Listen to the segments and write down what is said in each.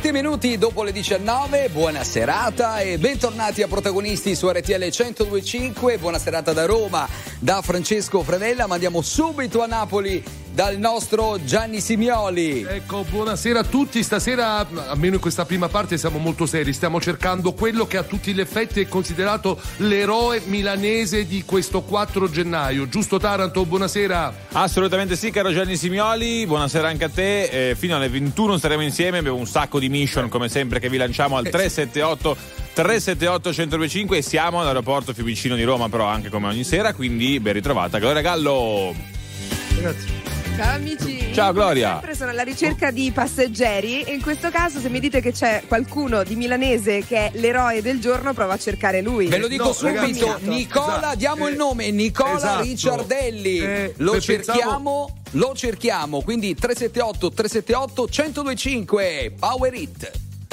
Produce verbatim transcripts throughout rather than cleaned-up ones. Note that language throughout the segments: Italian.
venti minuti dopo le diciannove, buona serata e bentornati a Protagonisti su R T L centodue e cinque. Buona serata da Roma, da Francesco Frenella, ma andiamo subito a Napoli dal nostro Gianni Simioli. Ecco, buonasera a tutti. Stasera, almeno in questa prima parte, siamo molto seri. Stiamo cercando quello che a tutti gli effetti è considerato l'eroe milanese di questo quattro gennaio. Giusto Taranto? Buonasera. Assolutamente sì, caro Gianni Simioli. Buonasera anche a te. Eh, fino alle ventuno staremo insieme. Abbiamo un sacco di mission, come sempre, che vi lanciamo al tre sette otto tre sette otto uno zero due cinque e siamo all'aeroporto Fiumicino di Roma, però anche come ogni sera, quindi ben ritrovata Gloria Gallo. Grazie. Ciao amici. Ciao Gloria. Sempre sono alla ricerca di passeggeri e in questo caso se mi dite che c'è qualcuno di milanese che è l'eroe del giorno, provo a cercare lui. Ve lo dico No, subito, ragazzi, Nicola, esatto. diamo Eh, il nome, Nicola esatto. Ricciardelli. Eh, lo beh, cerchiamo, pensavo... lo cerchiamo, quindi tre sette otto tre sette otto uno zero due cinque, Power It.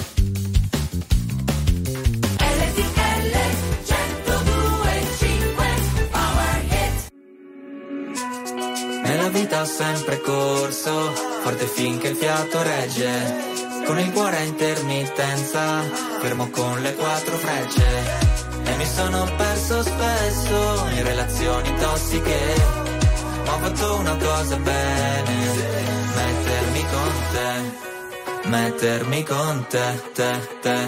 Nella vita ho sempre corso, forte finché il fiato regge, con il cuore a intermittenza, fermo con le quattro frecce. E mi sono perso spesso in relazioni tossiche, ma ho fatto una cosa bene, mettermi con te, mettermi con te, te, te.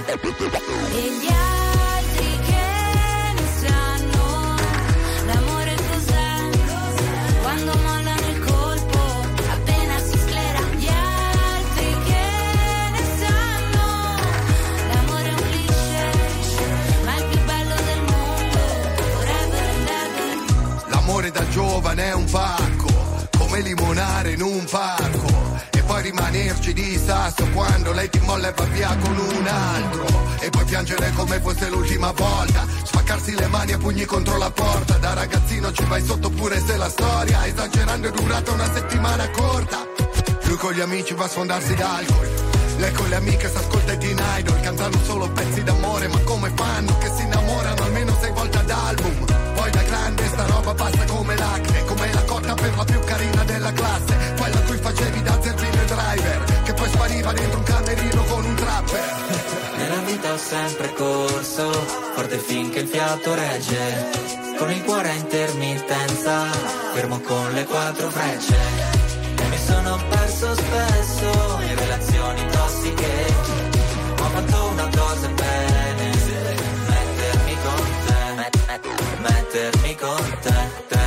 E gli altri che ne sanno, l'amore cos'è, quando mollano il colpo, appena si sclera. Gli altri che ne sanno, l'amore è un cliché, ma è il più bello del mondo, forever and ever. L'amore da giovane è un pacco, come limonare in un parco, e poi rimanerci di sasso quando lei ti molla e va via con un altro, e poi piangere come fosse l'ultima volta, spaccarsi le mani a pugni contro la porta. Da ragazzino ci vai sotto pure se la storia, esagerando, è durata una settimana corta. Lui con gli amici va a sfondarsi d'alcol, lei con le amiche s'ascolta i Teen Idol, cantano solo pezzi d'amore, ma come fanno che si innamorano almeno sei volte ad album. Poi da grande sta roba passa come l'acne, come la cotta per la più carina della classe, quella a cui facevi da zerbino e driver, che poi spariva dentro un camerino con un trapper. Nella vita ho sempre corso, forte finché il fiato regge, con il cuore a intermittenza, fermo con le quattro frecce. E mi sono perso spesso in relazioni tossiche, ma ho fatto una cosa bene, mettermi con te, mettermi con te, te,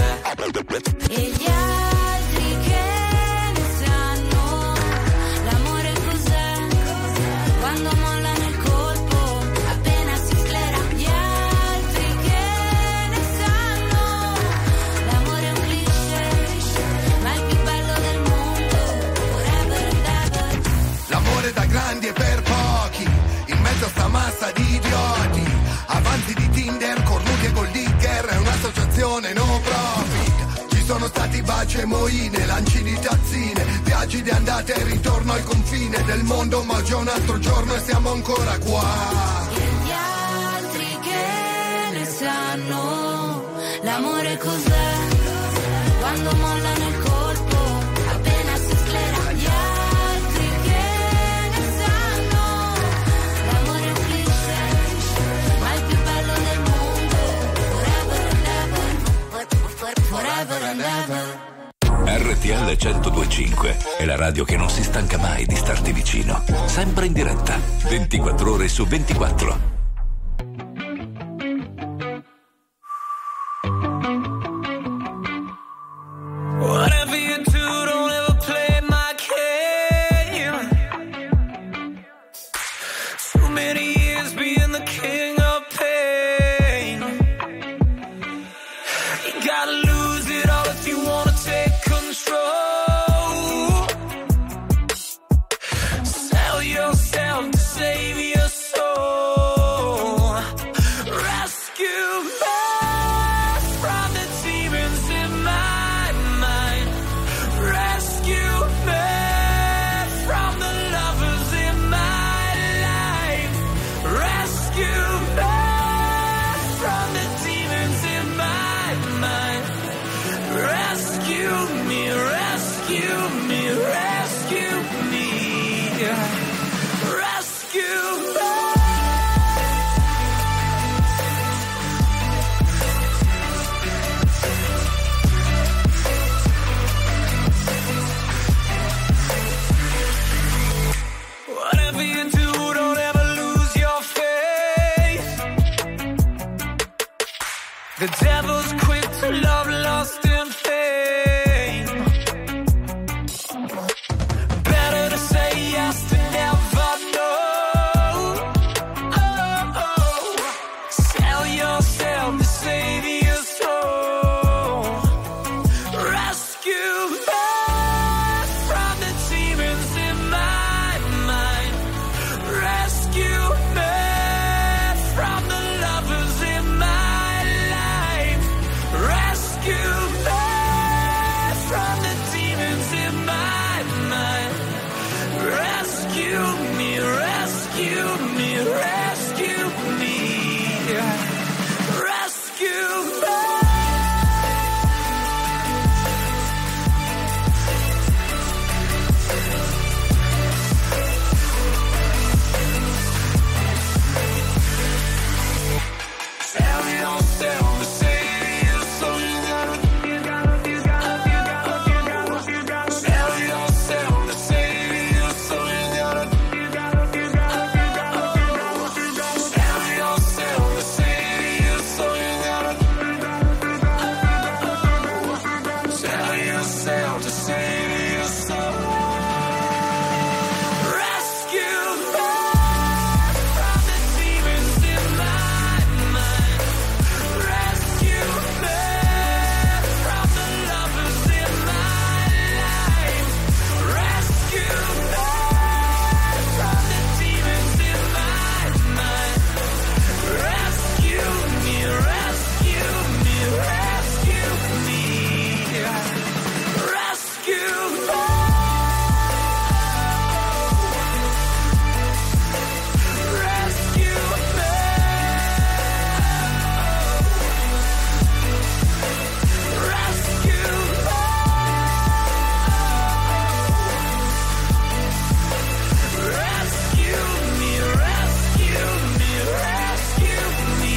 te. E gli altri che ne sanno, l'amore cos'è, quando mollano il colpo, appena si sclera. Gli altri che ne sanno, l'amore è un cliché, ma è il più bello del mondo, forever and ever. L'amore da grandi e per pochi, in mezzo a sta massa di idioti, avanti di Tinder, cornuti e gold digger, è un'associazione no profit. Ci sono stati baci e moine, lanci di tazzine, viaggi di andata e ritorno al confine del mondo, ma oggi è un altro giorno e siamo ancora qua. E gli altri che ne sanno, l'amore cos'è, quando mollano il colpo, appena si sclera. Gli altri che ne sanno, l'amore è un cliché, ma è il più bello del mondo, forever and ever, forever and ever. R T L centodue e cinque è la radio che non si stanca mai di starti vicino, sempre in diretta, ventiquattro ore su ventiquattro. Whatever you do, don't ever play my game. So many years being the king of pain. You gotta lose it all if you wanna take control. Sell yourself to save your soul. Rescue me from the demons in my mind. Rescue me from the lovers in my life. Rescue me from the demons in my mind. Rescue me, rescue me, rescue me. was quick to love, lost in fame. Better to say yes to never know. Oh, oh. Sell yourself to save your soul. Rescue me from the demons in my mind. Rescue me from the lovers in my life. Rescue me from the demons in my mind. Rescue me, rescue me, rescue me. Rescue me. Sell yourself to save your soul. You gotta, you gotta, you gotta, you gotta, you gotta. Sell yourself to save your soul. You gotta, you gotta, you gotta, you gotta, you gotta. Sell yourself to save your soul. You gotta, you gotta, you gotta. Sell yourself to save your soul. Rescue me from the demons in my mind. Rescue me from the lovers in my life. Rescue me from the demons in my mind. Rescue me, rescue me, rescue me. Rescue me. Rescue me. Rescue me, rescue me, rescue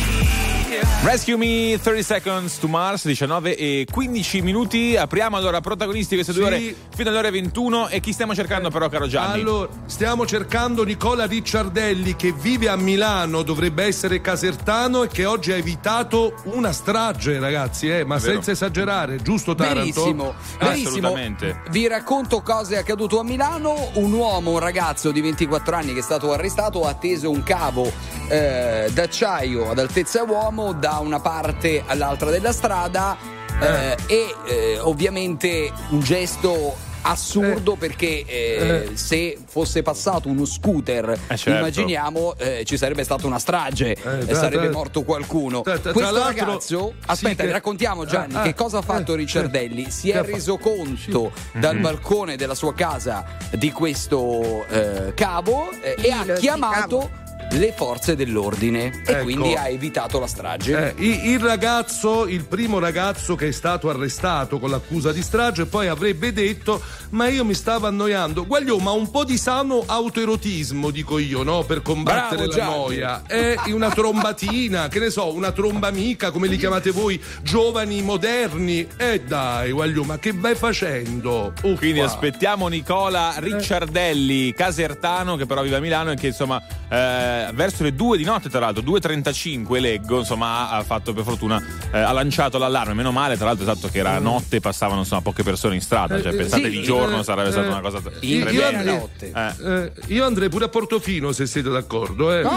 me. Rescue Me, thirty seconds to Mars, diciannove e quindici minuti. Apriamo allora protagonisti queste due Sì. ore fino alle ore ventuno. E chi stiamo cercando però, caro Gianni? Allora, stiamo cercando Nicola Ricciardelli, che vive a Milano, dovrebbe essere casertano e che oggi ha evitato una strage, ragazzi, eh, ma È vero. senza esagerare, giusto Taranto? Verissimo, Ah, verissimo. assolutamente. Vi racconto cosa è accaduto a Milano. Un uomo, un ragazzo di ventiquattro anni che è stato arrestato, ha atteso un cavo eh, d'acciaio ad altezza uomo da una parte all'altra della strada eh, e eh, ovviamente un gesto assurdo, perché eh, se fosse passato uno scooter, Eh, certo. immaginiamo eh, ci sarebbe stata una strage Eh, e tra- sarebbe tra- morto qualcuno. tra- tra Questo l'altro- ragazzo, sì, aspetta, che- raccontiamo Gianni ah, che cosa ha fatto eh, Ricciardelli. Si che è ha fa- reso conto dal Mm-hmm. balcone della sua casa di questo eh, cavo eh, e Filo, ha sì, chiamato cavo. le forze dell'ordine e Ecco. quindi ha evitato la strage. Eh, il il ragazzo, il primo ragazzo che è stato arrestato con l'accusa di strage, poi avrebbe detto: ma io mi stavo annoiando. Guagliò, ma un po' di sano autoerotismo, dico io, no? Per combattere Bravo, la Gianni. noia. È una trombatina, che ne so, una trombamica, come li chiamate voi, giovani moderni. E dai, Guagliò, ma che vai facendo? Uffa. Quindi aspettiamo Nicola Ricciardelli, casertano, che però vive a Milano e che insomma eh, verso le due di notte, tra l'altro due e trentacinque leggo, insomma ha fatto per fortuna eh, ha lanciato l'allarme, meno male tra l'altro, esatto, che era notte, passavano insomma poche persone in strada, cioè Eh, pensate sì, di giorno eh, sarebbe stata eh, una cosa in io piena andrei- notte. eh. Eh, io andrei pure a Portofino, se siete d'accordo, eh.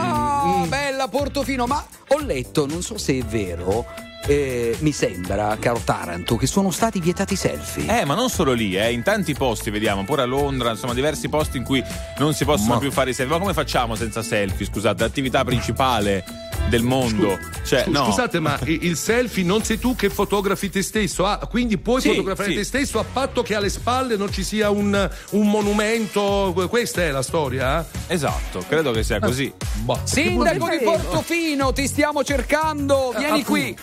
Ah, bella Portofino, ma ho letto, non so se è vero, eh, mi sembra, caro Taranto, che sono stati vietati selfie. Eh, ma non solo lì, eh, in tanti posti vediamo, pure a Londra, insomma, diversi posti in cui non si possono Ma- più fare i selfie. Ma come facciamo senza selfie? Scusate, l'attività principale del mondo. Cioè, Scu- no. Scusate, ma i- il selfie non sei tu che fotografi te stesso, ah, quindi puoi Sì, fotografare sì. te stesso a patto che alle spalle non ci sia un, un monumento. Questa è la storia? eh? Esatto, credo che sia così. Boh, Sindaco di Che vuol dire? Portofino, ti stiamo cercando, vieni appunto. qui.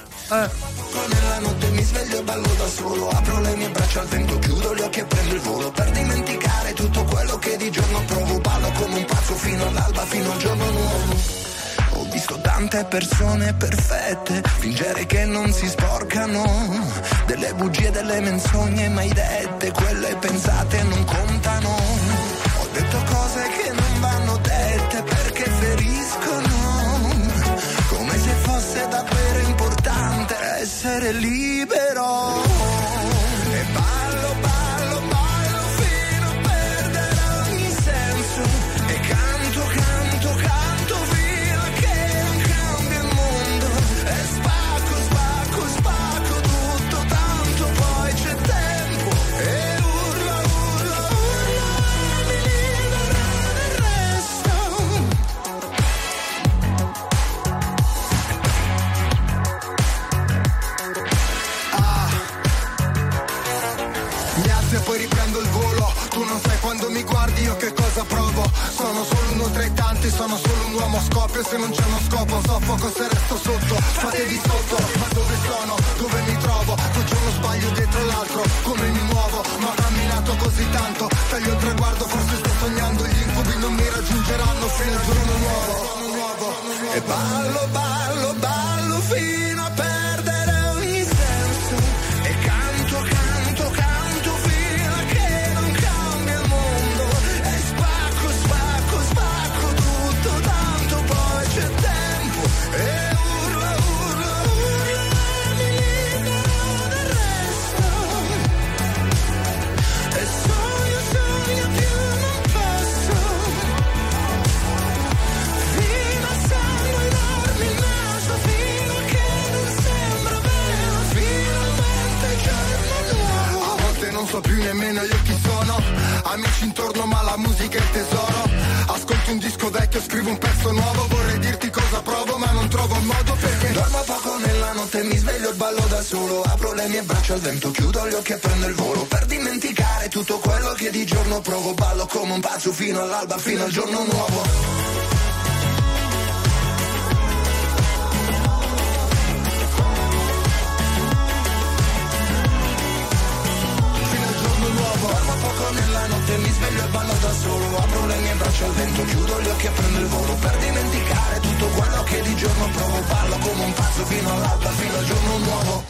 Nella notte mi sveglio e ballo da solo. Apro le mie braccia al vento, chiudo gli occhi e prendo il volo per dimenticare tutto quello che di giorno provo. Ballo come un pazzo fino all'alba, fino al giorno nuovo. Ho visto tante persone perfette fingere che non si sporcano, delle bugie, delle menzogne mai dette, quelle pensate non contano. Ho detto cose che non vanno dette perché feriscono, come se fosse davvero importante essere essere libero. E ballo, ballo, ballo fino a perdere ogni senso. E canto, canto, canto fino a che non cambia il mondo. E spacco, spacco, spacco tutto, tanto poi c'è tempo. E urla, urla, urla, mi libera del resto. E poi riprendo il volo, tu non sai quando mi guardi io che cosa provo. Sono solo uno tra i tanti, sono solo un uomo scoppio. Se non c'è uno scopo soffoco se resto sotto. Fatevi sotto, ma dove sono? Dove mi trovo? Un giorno sbaglio dietro l'altro, come mi muovo? Ma ho camminato così tanto, taglio il traguardo, forse sto sognando. Gli incubi non mi raggiungeranno fino al giorno nuovo. E ballo, ballo, ballo fino a perdere ogni senso. E canto, canto, canto fino a che non cambia il mondo. E spacco, spacco, spacco tutto, tanto poi c'è tempo. E urla, urla, urla, mi libero del resto. E sogno, sogno più non posso. Fino a sangue darmi il naso, fino a che non sembra vero. Finalmente il giorno nuovo. A volte non so più nemmeno io chi sono. Amici intorno ma la musica è il tesoro. Ascolto un disco vecchio, scrivo un pezzo nuovo. Vorrei dirti cosa provo ma non trovo il modo perché dormo poco nella notte, mi sveglio e ballo da solo. Apro le mie braccia al vento, chiudo gli occhi e prendo il volo. Per dimenticare tutto quello che di giorno provo. Ballo come un pazzo fino all'alba, fino al giorno nuovo. Dormo poco nella notte, mi sveglio e ballo da solo. Apro le mie braccia al vento, chiudo gli occhi e prendo il volo. Per dimenticare tutto quello che di giorno provo. Ballo come un pazzo fino all'alba, fino al giorno nuovo.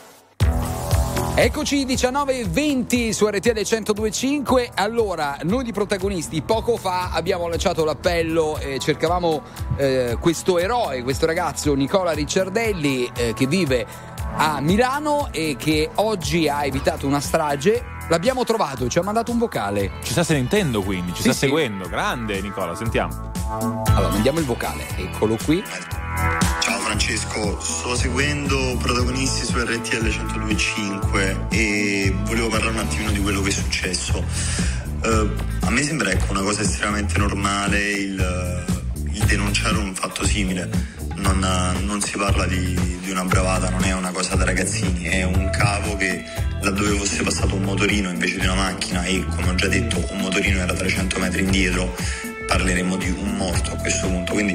Eccoci diciannove e venti su R T L centodue e cinque. Allora, noi di protagonisti poco fa abbiamo lanciato l'appello e cercavamo eh, questo eroe, questo ragazzo Nicola Ricciardelli eh, che vive a Milano e che oggi ha evitato una strage. L'abbiamo trovato, ci ha mandato un vocale. Ci sta sentendo quindi, ci Sì, sta sì. seguendo. Grande Nicola, sentiamo. Allora, mandiamo il vocale, eccolo qui. Ciao Francesco, sto seguendo Protagonisti su R T L centodue e cinque e volevo parlare un attimino di quello che è successo. Uh, a me sembra ecco una cosa estremamente normale il, il denunciare un fatto simile. Non, non si parla di, di una bravata, non è una cosa da ragazzini, è un cavo che laddove fosse passato un motorino invece di una macchina e come ho già detto un motorino era trecento metri indietro, parleremo di un morto a questo punto. Quindi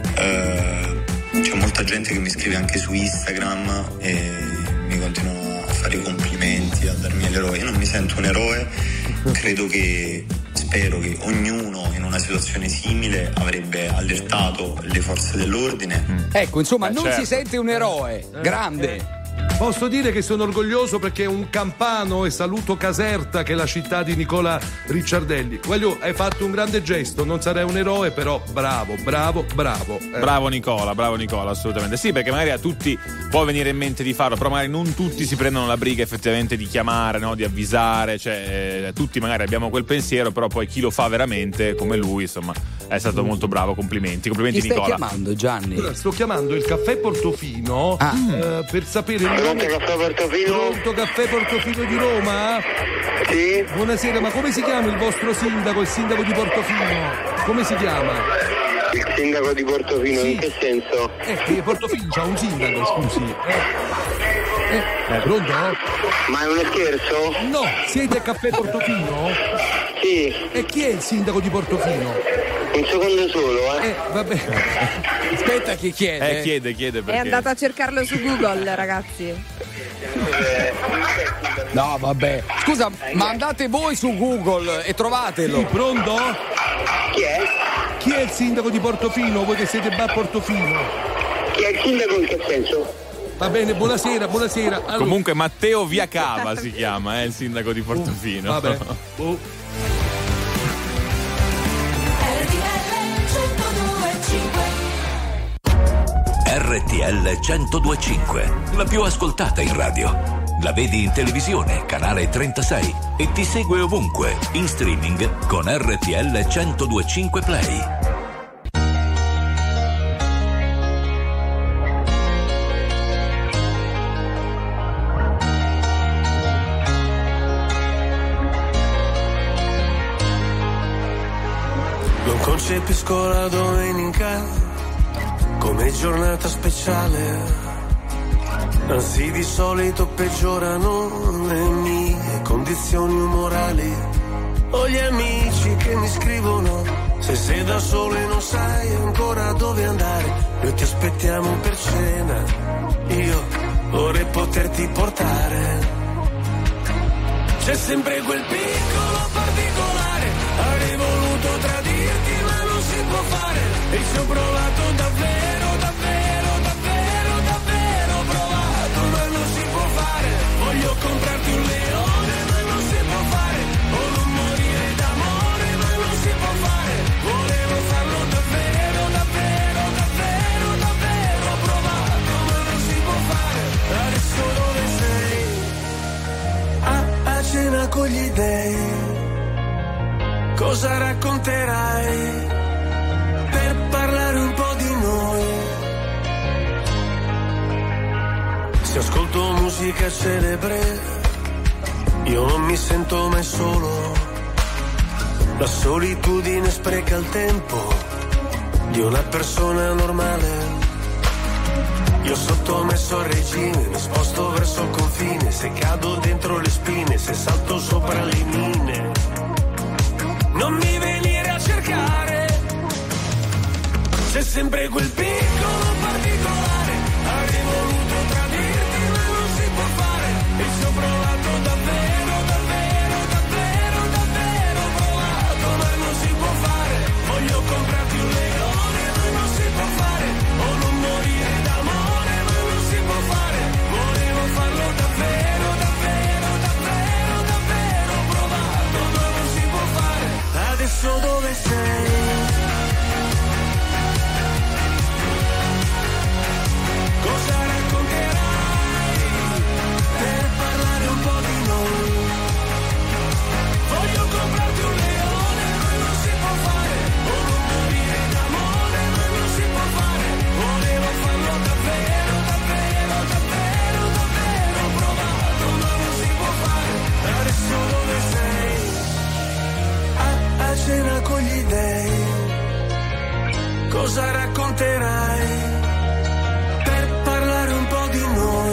eh, c'è molta gente che mi scrive anche su Instagram e mi continuano a fare i complimenti, a darmi l'eroe. Io non mi sento un eroe, credo che spero che ognuno in una situazione simile avrebbe allertato le forze dell'ordine. Ecco, insomma, Beh, non certo. si sente un eroe. Grande. Posso dire che sono orgoglioso perché è un campano e saluto Caserta, che è la città di Nicola Ricciardelli. Guagliò, hai fatto un grande gesto, non sarei un eroe, però bravo, bravo, bravo. Eh. Bravo Nicola, bravo Nicola, assolutamente. Sì, perché magari a tutti può venire in mente di farlo, però magari non tutti si prendono la briga effettivamente di chiamare, no? Di avvisare, cioè eh, tutti magari abbiamo quel pensiero, però poi chi lo fa veramente come lui, insomma, è stato molto bravo, complimenti, complimenti Chi stai Nicola. chiamando, Gianni? Allora, sto chiamando il caffè Portofino Ah. eh, per sapere il nome. Caffè Portofino? Pronto, caffè Portofino di Roma? Sì? Buonasera, ma come si chiama il vostro sindaco, il sindaco di Portofino? Come si chiama? Il sindaco di Portofino, Sì. in che senso? Eh, che Portofino c'ha un sindaco, scusi. Eh. Eh, eh, pronto? Ma è uno scherzo? No, siete a caffè Portofino? Sì, E chi è il sindaco di Portofino? un secondo solo, eh. Eh, vabbè. Aspetta chi chiede. Eh, chiede, chiede È perché. andato a cercarlo su Google, ragazzi. No, vabbè. Scusa, ma andate voi su Google e Sì, trovatelo. pronto? Chi è? Chi è il sindaco di Portofino? Voi che siete a Portofino? Chi è il sindaco in che senso? Va bene, buonasera, buonasera. Allora, Comunque Matteo Viacava si chiama, è il sindaco di Portofino. vabbè. Oh. R R T L centodue e cinque, la più ascoltata in radio. La vedi in televisione, canale trentasei, e ti segue ovunque, in streaming con R T L centodue e cinque Play. Non concepisco la domenica come giornata speciale. Anzi, di solito peggiorano le mie condizioni umorali. Ho gli amici che mi scrivono: se sei da solo e non sai ancora dove andare, noi ti aspettiamo per cena. Io vorrei poterti portare. C'è sempre quel piccolo particolare, avrei voluto tradirti ma non si può fare. E ci ho provato davvero, davvero, davvero, davvero provato, ma non si può fare. Voglio comprarti un leone ma non si può fare, o non morire d'amore ma non si può fare. Volevo farlo davvero, davvero, davvero, davvero provato, ma non si può fare. Adesso dove sei? A, a cena con gli dèi, cosa racconterai per parlare un po' di noi? Se ascolto musica celebre, io non mi sento mai solo. La solitudine spreca il tempo di una persona normale. Io sottomesso al regime, mi sposto verso il confine. Se cado dentro le spine, se salto sopra le mine, non mi venire a cercare. C'è sempre quel piccolo particolare, avrei voluto tradirti ma non si può fare. E ci ho provato davvero, davvero, davvero, davvero provato, ma non si può fare. Voglio comprarti un leone ma non si può fare, o non morire d'amore ma non si può fare. Volevo farlo davvero, davvero, davvero, davvero provato, ma non si può fare. Adesso dove sei? Cosa racconterai per parlare un po' di noi? Voglio comprarti un leone ma non si può fare, o non morire d'amore ma non si può fare. Volevo farlo davvero, davvero, davvero, davvero provato, ma non si può fare. Adesso dove sei? A, a cena con gli dèi, cosa racconterai per parlare un po' di noi?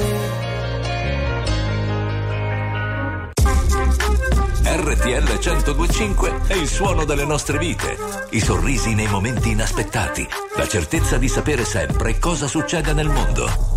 R T L centodue e cinque è il suono delle nostre vite, i sorrisi nei momenti inaspettati, la certezza di sapere sempre cosa succede nel mondo.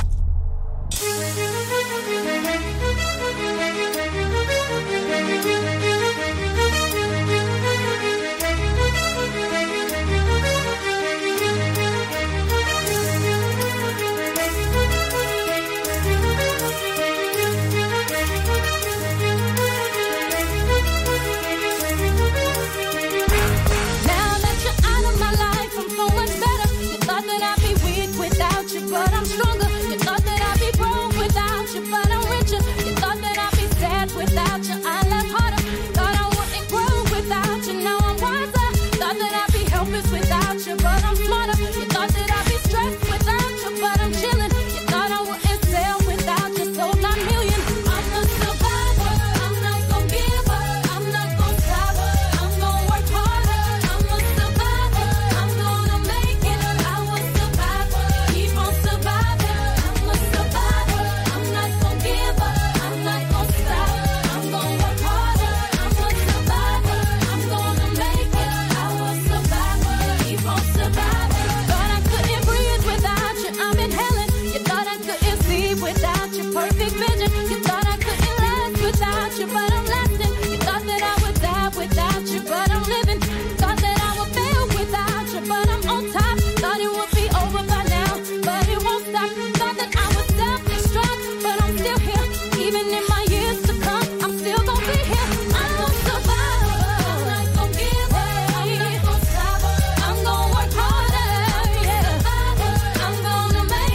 But I'm stronger. You thought that I'd be broke without you, but I'm richer. You thought that I'd be sad without you, I laugh harder. Thought I wouldn't grow without you, now I'm wiser. Thought that I'd be helpless without you, but I'm smarter. You thought that I'd be stressed without you, but I'm chilling. You thought I wouldn't sell without you, sold nine million. I'm a survivor, I'm not gonna give up, I'm not gonna stop, I'm gonna work harder. I'm a survivor, I'm gonna make it. I was survivor, keep on surviving. I'm a survivor, I'm not gonna give up, I'm not gonna stop, I'm gonna work harder. I'm a survivor, I'm gonna make it. I was survivor, keep on surviving. Thought I couldn't breathe without you, I'm inhaling. You thought I couldn't see without your perfect vision. You thought I couldn't last without you, but I'm lasting. You thought that I would die without you, but I'm living. Thought that I would fail without you, but I'm on top. Thought it would be over by now, but it won't stop. Thought that I would self-destruct, but I'm still here. Even in my years to come, I'm still gonna be here. I'm gonna survive, I'm not gonna give up, I'm not gonna stop, I'm gonna work harder, yeah. I'm gonna make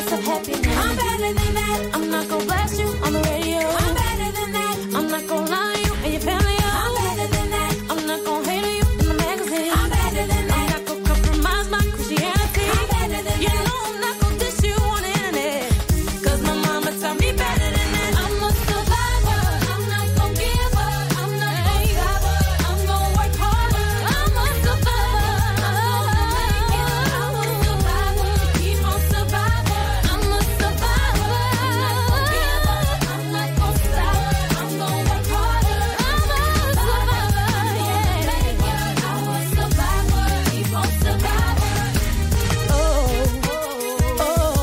promise of happiness. I'm better than that. I'm not gonna blast you on the radio. I'm better than that. I'm not gonna lie to you and your family. I'm better than that. I'm not gonna hate on you in the magazine. I'm better than that. I'm not gonna compromise my Christianity. I'm better than you that. You know I'm not gonna diss you on the internet. Cause my mama taught me better than that. I'm a survivor. I'm not gonna give up. I'm not gonna stop. I'm gonna work harder. I'm a survivor. I'm a survivor. Keep on survivor. I'm a survivor. I'm not gonna give up. I'm not gonna stop. I'm gonna work harder. I'm a survivor. Yeah. I'm a survivor. Keep on survivor. Oh, oh,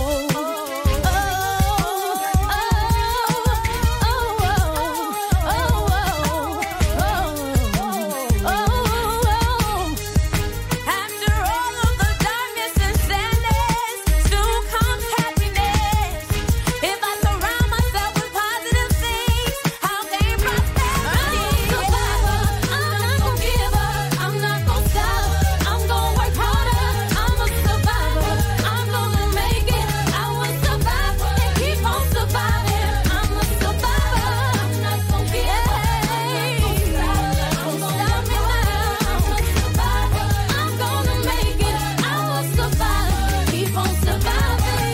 after all of the darkness and sadness, soon comes happiness. If I surround myself with positive things, I'll gain prosperity. I'm a survivor. I'm not gonna give up. I'm not gonna stop. I'm gonna work harder. I'm a survivor. I'm gonna make it. I will survive and keep on surviving. I'm a survivor. I'm not gonna give up. I'm not gonna stop. I'm gonna stop me now. I'm a survivor. I'm gonna make it. I will survive. Keep on surviving.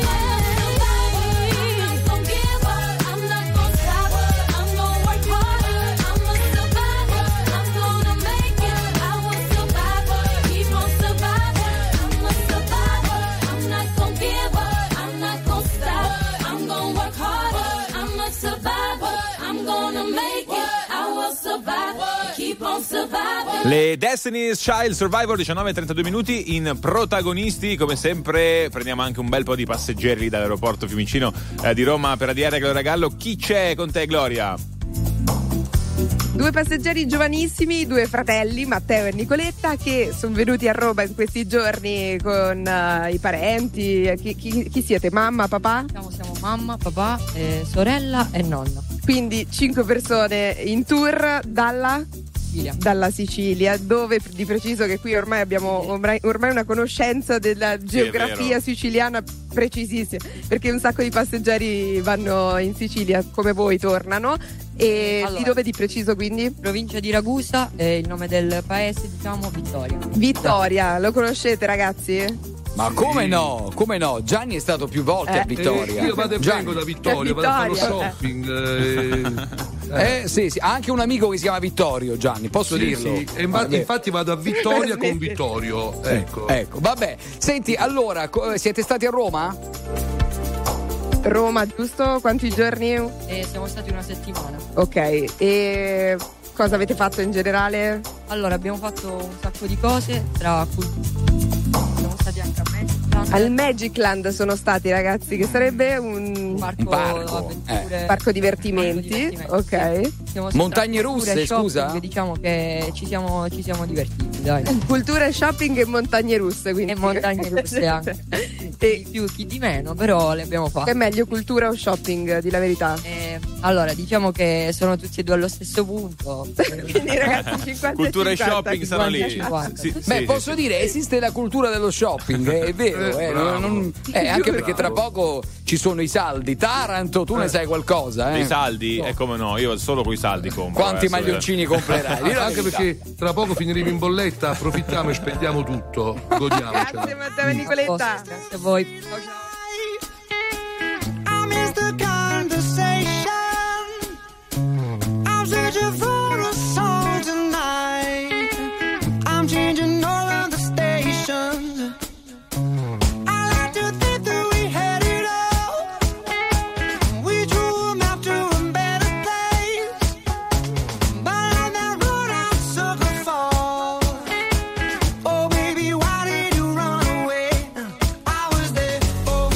I'm not gonna give up. I'm not gonna stop. I'm gonna work harder. I'm a survivor. I'm gonna make it. I will survive. Keep on surviving. I'm a survivor. I'm not gonna give up. I'm not gonna stop. I'm gonna work harder. I'm a survivor. I'm gonna make it. I will survive. Keep on surviving. Le Destiny's Child Survivor, diciannove e trentadue minuti in protagonisti. Come sempre prendiamo anche un bel po' di passeggeri dall'aeroporto Fiumicino eh, di Roma per A D R Gloria Gallo. Chi c'è con te, Gloria? Due passeggeri giovanissimi, due fratelli, Matteo e Nicoletta, che sono venuti a Roma in questi giorni con uh, i parenti. Chi, chi, chi siete? Mamma, papà? Siamo, siamo mamma, papà, eh, sorella e nonna. Quindi cinque persone in tour dalla... Sicilia. Dalla Sicilia, dove di preciso che qui ormai abbiamo ormai, ormai una conoscenza della geografia siciliana precisissima, perché un sacco di passeggeri vanno in Sicilia come voi, tornano. E Allora, di dove di preciso quindi? Provincia di Ragusa, e il nome del paese diciamo Vittoria. Vittoria, lo conoscete ragazzi? Ma come no? Come no? Gianni è stato più volte Eh, a Vittoria. Eh, io vado e Gianni. vengo da Vittoria, vado a fare lo Vittoria. shopping. eh. Eh sì, sì, ha anche un amico che si chiama Vittorio, Gianni, posso Sì, dirlo? sì. E infa- Ah, infatti vado a Vittoria con Vittorio. Ecco. Ecco, vabbè. Senti, allora, co- siete stati a Roma? Roma, giusto? Quanti giorni? E siamo stati una settimana. Ok, e cosa avete fatto in generale? Allora abbiamo fatto un sacco di cose, tra cui siamo stati anche a Magicland. Al Magicland sono stati, ragazzi, che sarebbe un parco, Un parco, avventure, parco divertimenti. parco divertimenti, Ok. sì. Siamo stati Montagne tra cultura russe, e shopping, scusa? Diciamo che ci siamo, ci siamo divertiti, dai. Cultura, shopping e montagne russe, quindi. E montagne russe anche. Chi di più, chi di meno, però le abbiamo fatte. È meglio cultura o shopping, di la verità? Eh, allora, diciamo che sono tutti e due allo stesso punto. Quindi ragazzi, cinquanta Cultura e cinquanta, shopping stanno lì. cinquanta. Sì, Beh, sì, posso sì, dire, esiste la cultura dello shopping, è, è vero, Eh, eh, bravo. non- non- eh, anche perché tra poco ci sono i saldi. Taranto, tu ne sai qualcosa, eh? I saldi, e come no, io solo con i saldi compro. Quanti eh, maglioncini comprerai? Dillo la Anche verità. perché tra poco finiremo in bolletta, approfittiamo e spendiamo tutto. Grazie Godiamocela. Matteo e Nicoletta. Grazie a voi. I miss the conversation. I'm searching for a song tonight. I'm changing all of the stations. I like to think that we had it all. We drew a map to a better place. But on that road I'm sucker for. Oh baby, why did you run away? I was there. Oh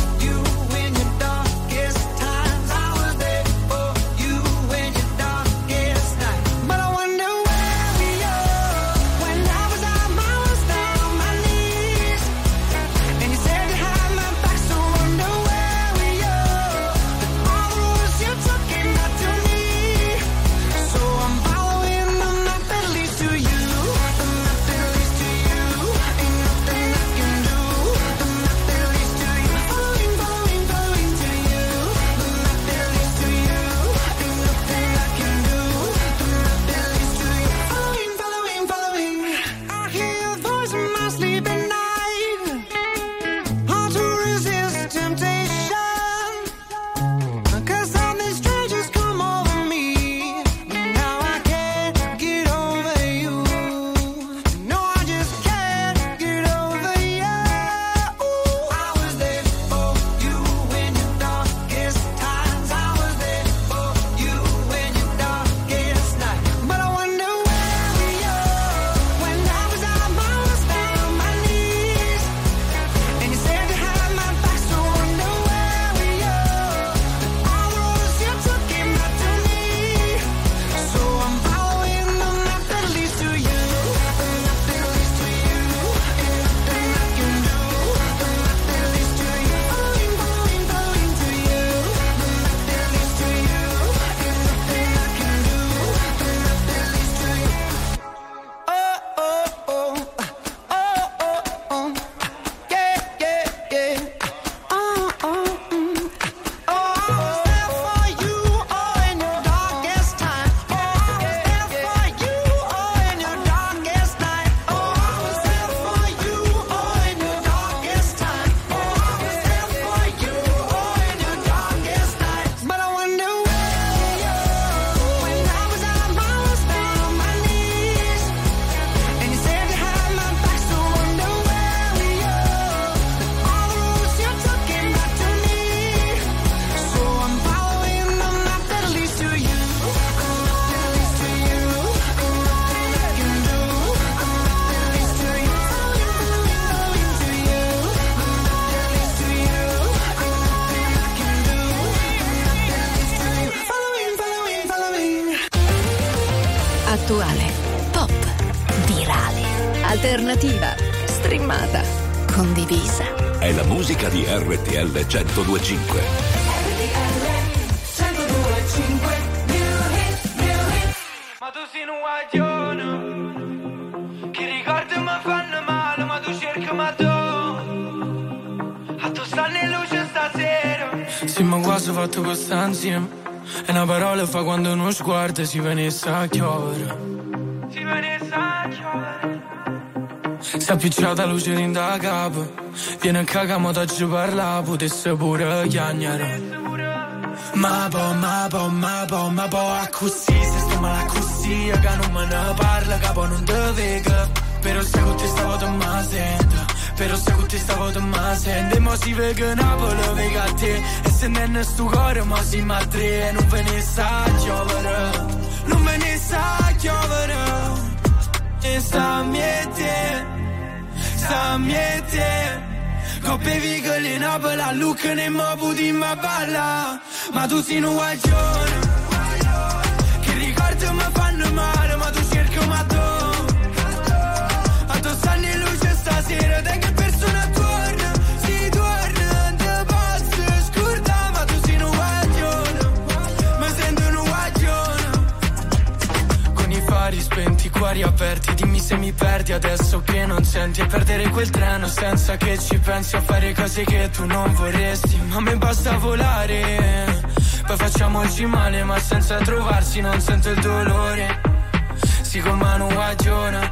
alternativa, streamata, condivisa. È la musica di R T L centodue e cinque. Ma tu sei un guaglione, che ricordi mi fanno male, ma tu cerchi ma tu, a tu stanno in luce stasera. Sì, ma quasi fatto questa insieme, e una parola fa quando uno sguardo si venisse a chiovere. Si venisse a chiovere. Si è appicciata luce in da capo, viene a cagamo da ci parla, potesse pure chiagnare. Ma po, ma po, ma po, ma po, a così, se sto male così, che non me ne parla, capo non te vega. Però se con te stavo te ma sento, però se con te stavo te ma sento. E mo si vega Napoli, vega a te, e se non è sto cuore, mo si ma tre, e non ve ne sa chiovere, non ve ne sa chiovere. E sta miete, sta miete, coppe vigole Napoli, a Lucca ne mo puti ma balla. Ma tu sei un guaglione, che ricordi mi fanno male, ma tu cerchi ma tu, a tu stanno in luce stasera, te che persona torna, si torna, te posso scordare, ma tu sei un guaglione, mi sento un guaglione. Con i fari spenti, i cuori aperti, dimmi se mi perdi adesso che non senti, e perdere quel treno senza che ci pensi a fare cose che tu non vorresti. Ma a me basta volare, poi facciamoci male, ma senza trovarsi non sento il dolore. Si con mano guagliona,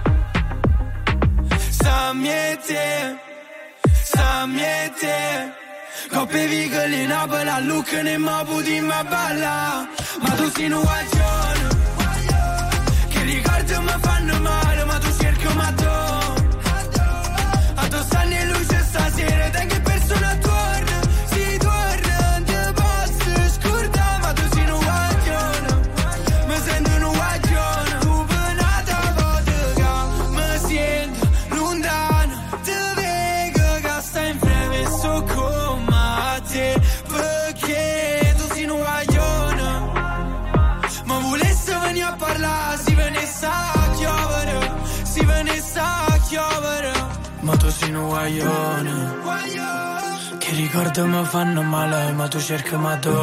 sta miete, sta miete, coppe vigole Napoli, a Lucca ne mo puti ma balla. Ma tu sei un guaglione, che ricordi mi fanno male, ma tu cerchi ma tu, a tu stanno in luce stasera, te che persona torna, si torna, te posso scordare, ma tu sei un guaglione, mi sento un guaglione. Tu penata vodka, mi sento lontano, te vedo che stai in breve, so come te, perché tu sei un guaglione. Ma volesse venire a parlare, si venisse a chiovere, si venisse a chiovere. Ma tu sei un guaglione, che ricordi mi fanno male, ma tu cerchi ma tu,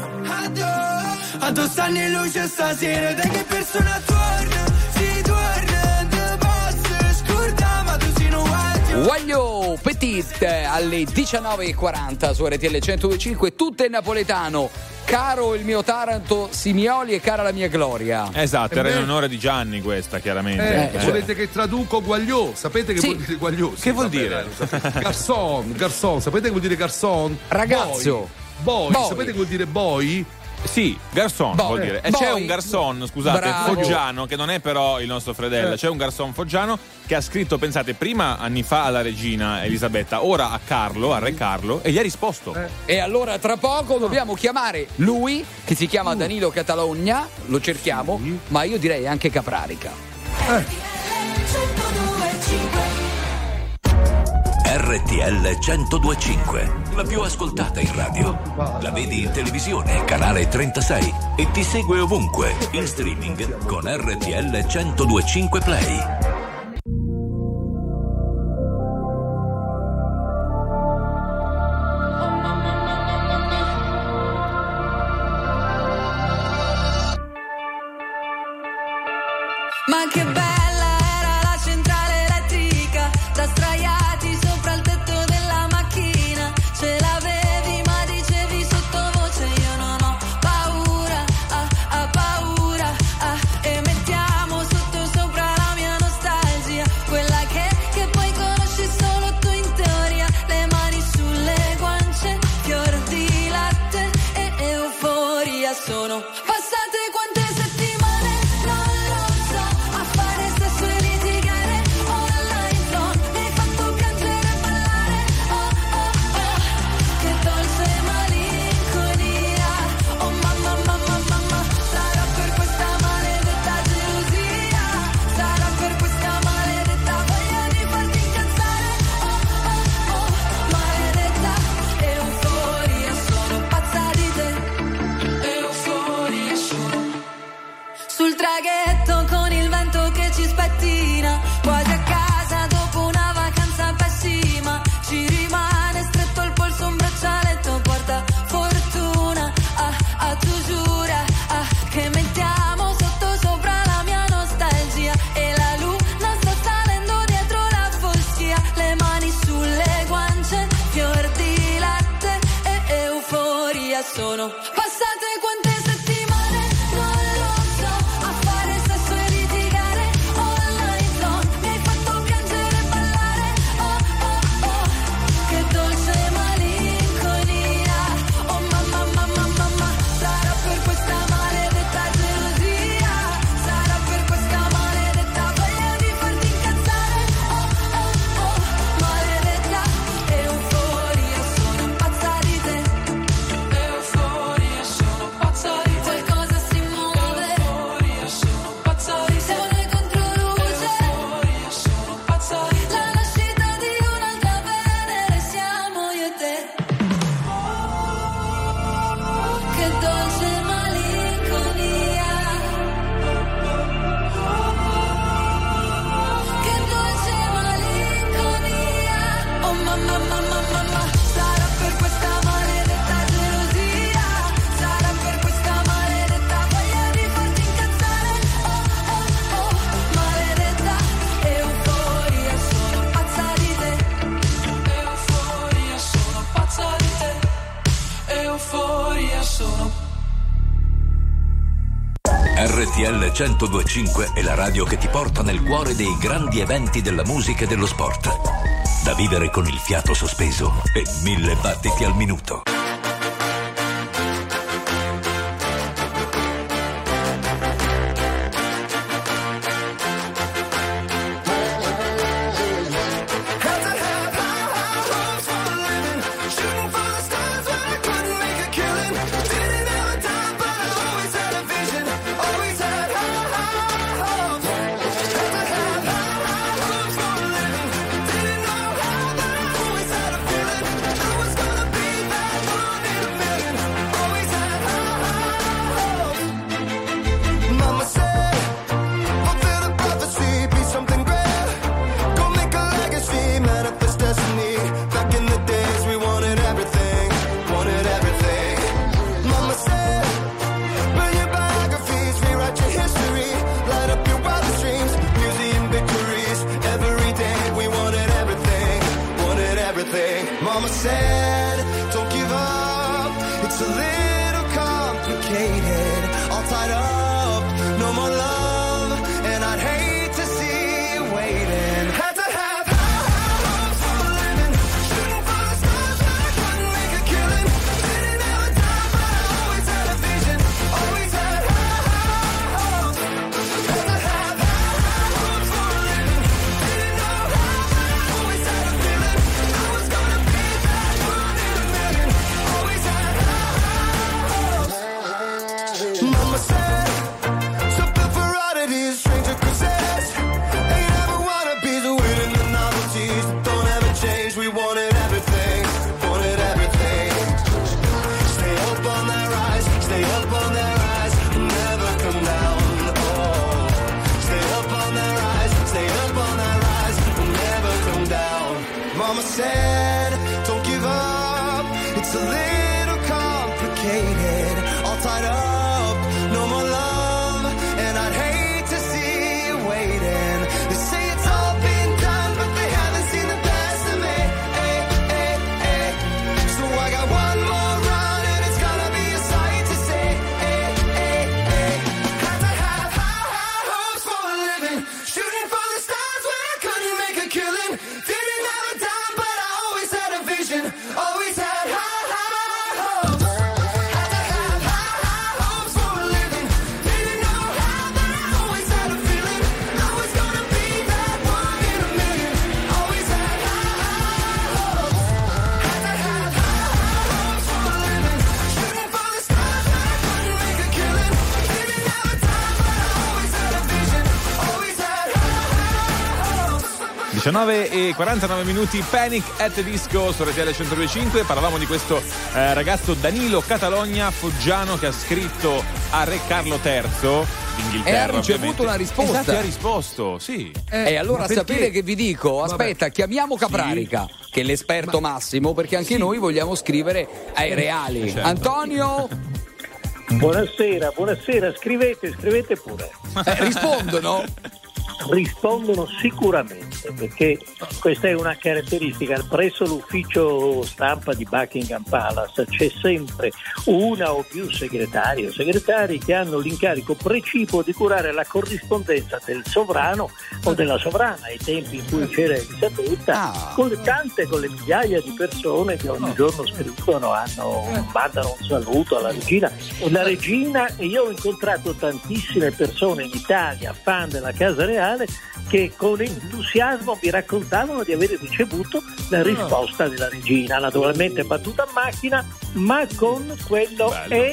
a tu stanno in luce stasera, te che persona torna, si torna, te posso scordare, ma tu sei un guaglione. Guaglio Petit alle diciannove e quaranta su R T L centodue e cinque, tutto in napoletano. Caro il mio Taranto Simioli e cara la mia Gloria. Esatto, Eh era beh. in onore di Gianni questa, chiaramente. Eh, Eh, volete che traduco guagliò? Sapete che Sì. vuol dire guagliò? Sì, Che vuol vabbè, dire? dai, lo sapete. Garçon, garçon, sapete che vuol dire garçon? Ragazzo. Boy, boy. Boy. Sapete che vuol dire boy? Sì, garçon Boh, vuol dire. E boh, c'è un garçon, scusate, bravo. foggiano, che non è però il nostro Fredella, Eh. c'è un garçon foggiano che ha scritto, pensate, prima anni fa alla regina Elisabetta, ora a Carlo, a re Carlo, e gli ha risposto. Eh. E allora tra poco dobbiamo chiamare lui, che si chiama Danilo Catalogna, lo cerchiamo, ma io direi anche Caprarica. R T L centodue e cinque, la più ascoltata in radio. La vedi in televisione, canale trentasei, e ti segue ovunque, in streaming con R T L centodue e cinque Play. Ma che bella era la centrale elettrica, da sdraiati sopra il tetto della macchina. Ce l'avevi ma dicevi sottovoce io non ho paura, ah, ah, paura, ah. E mettiamo sotto sopra la mia nostalgia. sono passate quante settimane, non lo so, a fare sesso e litigare online zone, mi hai fatto piangere e ballare, oh oh oh, che dolce malinconia, oh mamma mamma mamma, sarà per questa maledetta gelosia, sarà per questa maledetta voglia di farti incazzare, oh oh oh, maledetta euforia, sono pazza di te, euforia, sono pazza di te, qualcosa si muove, euforia, sono pazza di te, sole contro luce, euforia, sono pazza di te, la nascita di un'altra Venere siamo io e te, che dolce malinconia, che dolce malinconia, oh mamma mamma mamma, sarà per questa maledetta gelosia, sarà per questa maledetta voglia di farti incazzare, oh oh oh, maledetta euforia, sono pazza di te, euforia, sono pazza di te, euforia, sono R T L centodue e cinque è la radio che ti porta nel cuore dei grandi eventi della musica e dello sport. Da vivere con il fiato sospeso e mille battiti al minuto. Mama said, fulfill the prophecy, be something great. Go make a legacy, manifest destiny. Back in the days we wanted everything, wanted everything. Mama said, burn your biographies, rewrite your history. Light up your wildest dreams, museum victories. Every day we wanted everything, wanted everything. Mama said, don't give up, it's a little complicated. All tied up, no more love, and I'd hate to see you waiting. Had to have high, high hopes for a living, shooting for the stars, but I couldn't make a killing. Didn't have a time, but I always had a vision, always had high, high hopes. Had to have high, high hopes for a living, didn't know how, but I always had a feeling I was gonna be that one in a million. Always had high, high hopes. Mama said, so built for oddities, stranger crusades. Ain't ever wannabes, waiting the novelties that don't ever change. We wanted everything, wanted everything. Stay up on that rise, stay up on that rise, never come down. Oh, stay up on that rise, stay up on that rise, never come down. Mama said, don't give up, it's a little complicated. All tied up, no more love, and I'd hate to see you waiting. They say it's all been done, but they haven't seen the best of me. Hey, hey, hey. So I got one more run, and it's gonna be a sight to see. Hey, hey, hey. Had to have high, high hopes for a living, shooting for the stars when I couldn't make a killing. Didn't have a dime, but I always had a vision, always had high, high hopes. Had to have high, high hopes for a living, didn't know how, but I always had a feeling I was gonna be that one in a million. Always had high, high hopes. Had to have high, high hopes for a living, shooting for the stars when I couldn't make a killing. Didn't have a time, but I always had a vision, always had high, high hopes. diciannove e quarantanove minuti, Panic at the Disco su R T L centodue e cinque. Parlavamo di questo eh, ragazzo Danilo Catalogna Foggiano che ha scritto a Re Carlo terzo d'Inghilterra. E ha ricevuto ovviamente. una risposta. Esatto, ha risposto, sì. E allora perché? sapete che vi dico? Aspetta, Vabbè. chiamiamo Caprarica, che è l'esperto massimo, perché anche noi vogliamo scrivere ai reali. Certo. Antonio? Buonasera, buonasera, scrivete, scrivete pure. Eh, rispondono? Rispondono sicuramente. importante perché questa è una caratteristica. Presso l'ufficio stampa di Buckingham Palace c'è sempre una o più segretarie o segretari che hanno l'incarico precipuo di curare la corrispondenza del sovrano o della sovrana ai tempi in cui c'era Elisabetta, ah. con le tante, con le migliaia di persone che ogni giorno scrivono, hanno, mandano un saluto alla regina. E la regina, e io ho incontrato tantissime persone in Italia, fan della Casa Reale, che con entusiasmo mi raccontavano di aver ricevuto la risposta della regina, naturalmente battuta a macchina, ma con quello E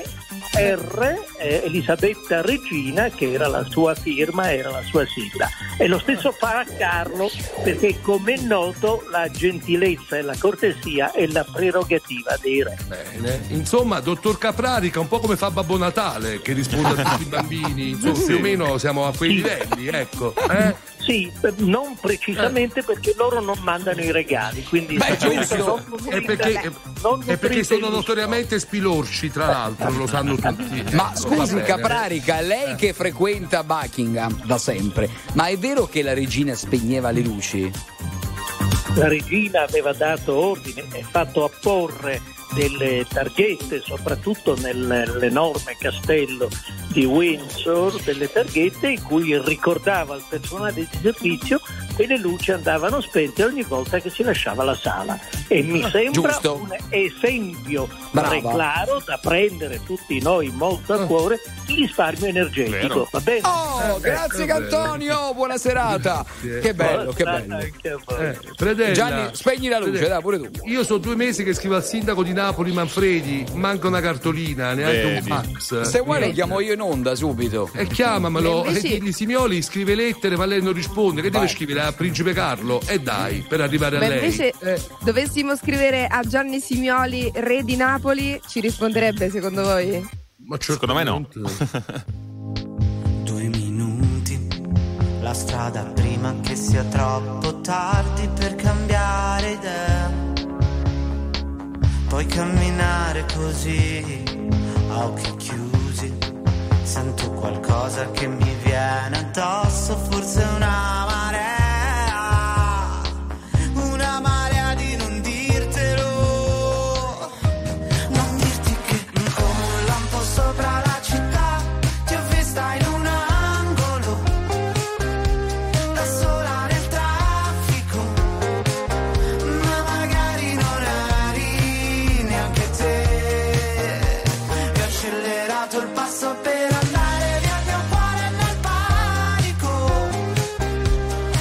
R eh, Elisabetta Regina, che era la sua firma, era la sua sigla. E lo stesso farà Carlo, perché come è noto la gentilezza e la cortesia è la prerogativa dei re. Bene. Insomma, dottor Caprarica, un po' come fa Babbo Natale, che risponde a tutti i bambini. Insomma, sì. Più o meno siamo a quei sì. livelli, ecco. Eh? Sì, non precisamente perché loro non mandano i regali, quindi Beh, giusto. È perché, è, è perché sono notoriamente spilorci, tra l'altro, lo sanno tutti. Ma scusi Caprarica, lei che frequenta Buckingham da sempre, ma è vero che la regina spegneva le luci? La regina aveva dato ordine e fatto apporre delle targhette, soprattutto nell'enorme castello di Windsor, delle targhette in cui ricordava al personale di servizio che le luci andavano spente ogni volta che si lasciava la sala. E mi sembra Giusto. un esempio Brava. claro da prendere tutti noi molto a cuore di risparmio energetico. Vero. Va bene? Oh, grazie Antonio, buona serata. Grazie. Che bello, Buona che serata bello. anche a voi. Eh, Predella, Gianni, spegni la luce, Predella. dai, pure tu. Io sono due mesi che scrivo al sindaco di Napoli Manfredi, manca una cartolina, neanche Vedi. un fax. Se vuoi lo Niente. chiamo io in onda subito. E chiamamelo, E invece- e digli Simioli scrive lettere ma lei non risponde, che deve scrivere a Principe Carlo? E dai, per arrivare a Ma lei. invece Eh. dovessimo scrivere a Gianni Simioli, re di Napoli, ci risponderebbe secondo voi? Ma secondo me no. Due minuti, la strada prima che sia troppo tardi per cambiare idea. Puoi camminare così, a occhi chiusi. Sento qualcosa che mi viene addosso, forse una marea. Una marea di non dirtelo. Non dirti che come un lampo sopra la città ti ho vista in un angolo, da sola nel traffico. Ma magari non eri neanche te. E ho accelerato il passo per andare via, il mio cuore nel panico.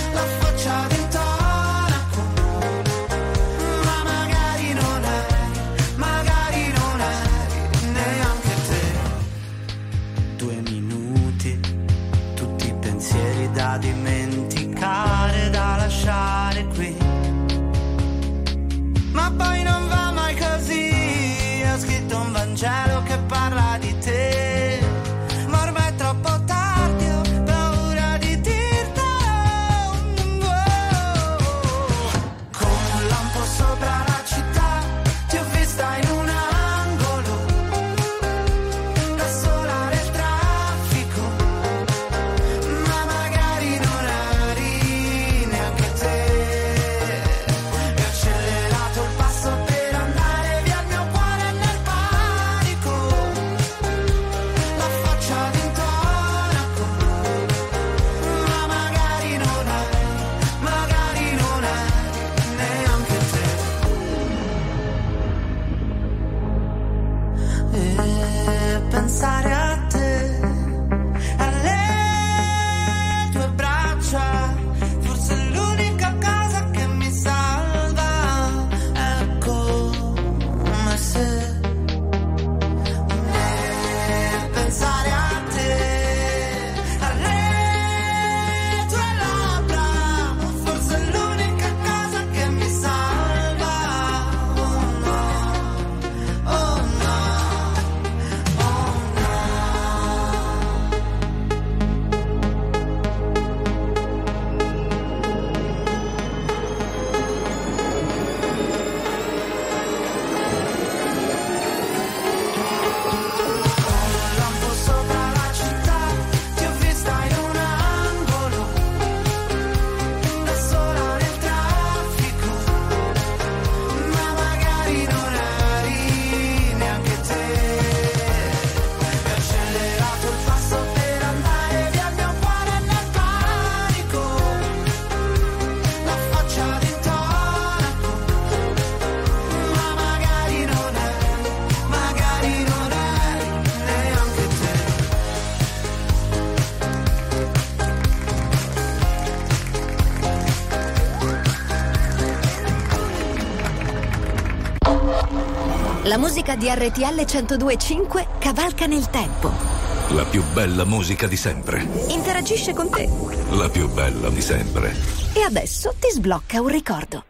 La musica di R T L centodue e cinque cavalca nel tempo. La più bella musica di sempre. Interagisce con te. La più bella di sempre. E adesso ti sblocca un ricordo.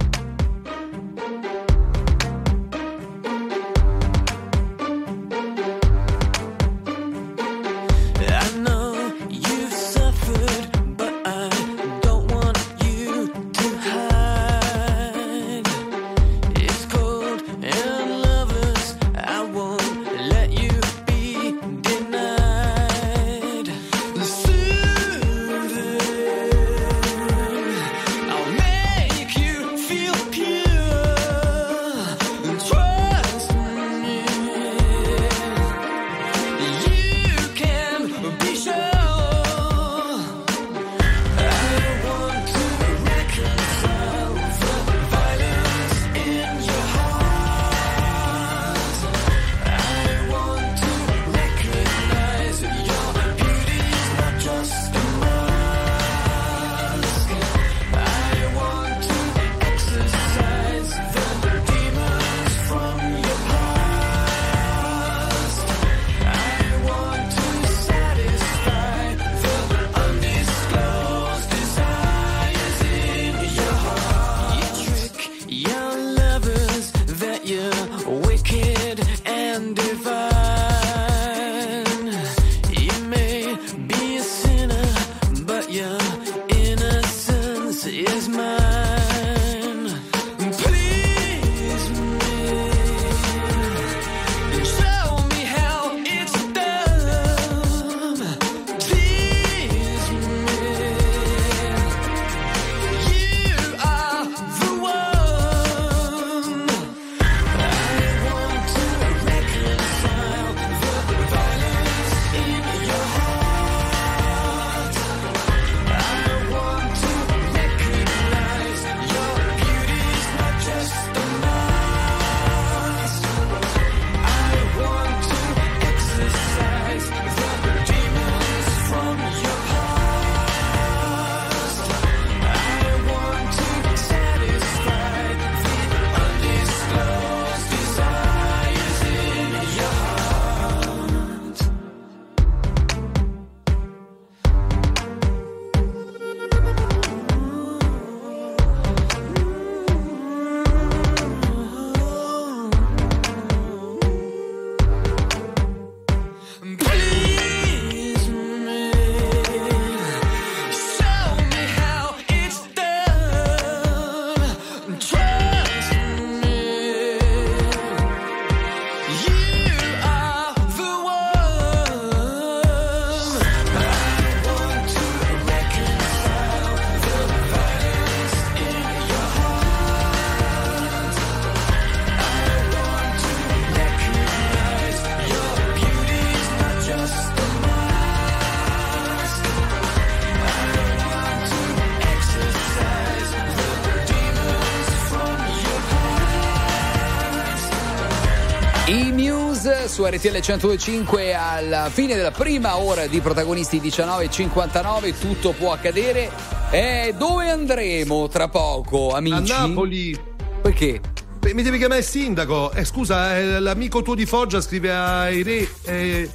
Su R T L centodue e cinque alla fine della prima ora di Protagonisti diciannove e cinquantanove. Tutto può accadere. E dove andremo tra poco, amici? A Napoli. Perché? Beh, mi devi chiamare il sindaco. Eh, scusa, eh, l'amico tuo di Foggia scrive ai re. Eh,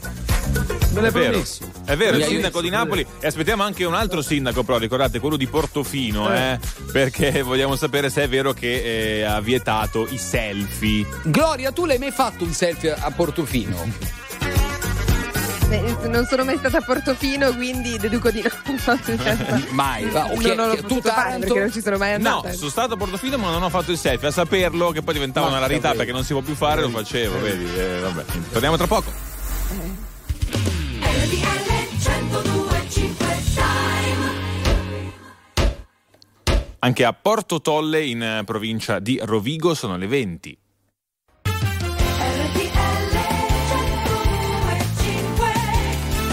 me l'hai promesso. È vero, Mi il hai sindaco messo, di Napoli. E aspettiamo anche un altro sindaco, però ricordate, quello di Portofino, eh. Eh, perché vogliamo sapere se è vero che eh, ha vietato i selfie. Gloria, tu l'hai mai fatto un selfie a Portofino? Beh, non sono mai stata a Portofino, quindi deduco di no. Mai, va, okay. Non l'ho Tu potuto fare perché non ci sono mai andata. No, sono stato a Portofino ma non ho fatto il selfie. A saperlo, che poi diventava No, una rarità davvero. perché non si può più fare, lo facevo, vedi. Eh, vabbè. Torniamo tra poco. Anche a Porto Tolle, in eh, provincia di Rovigo, sono le venti.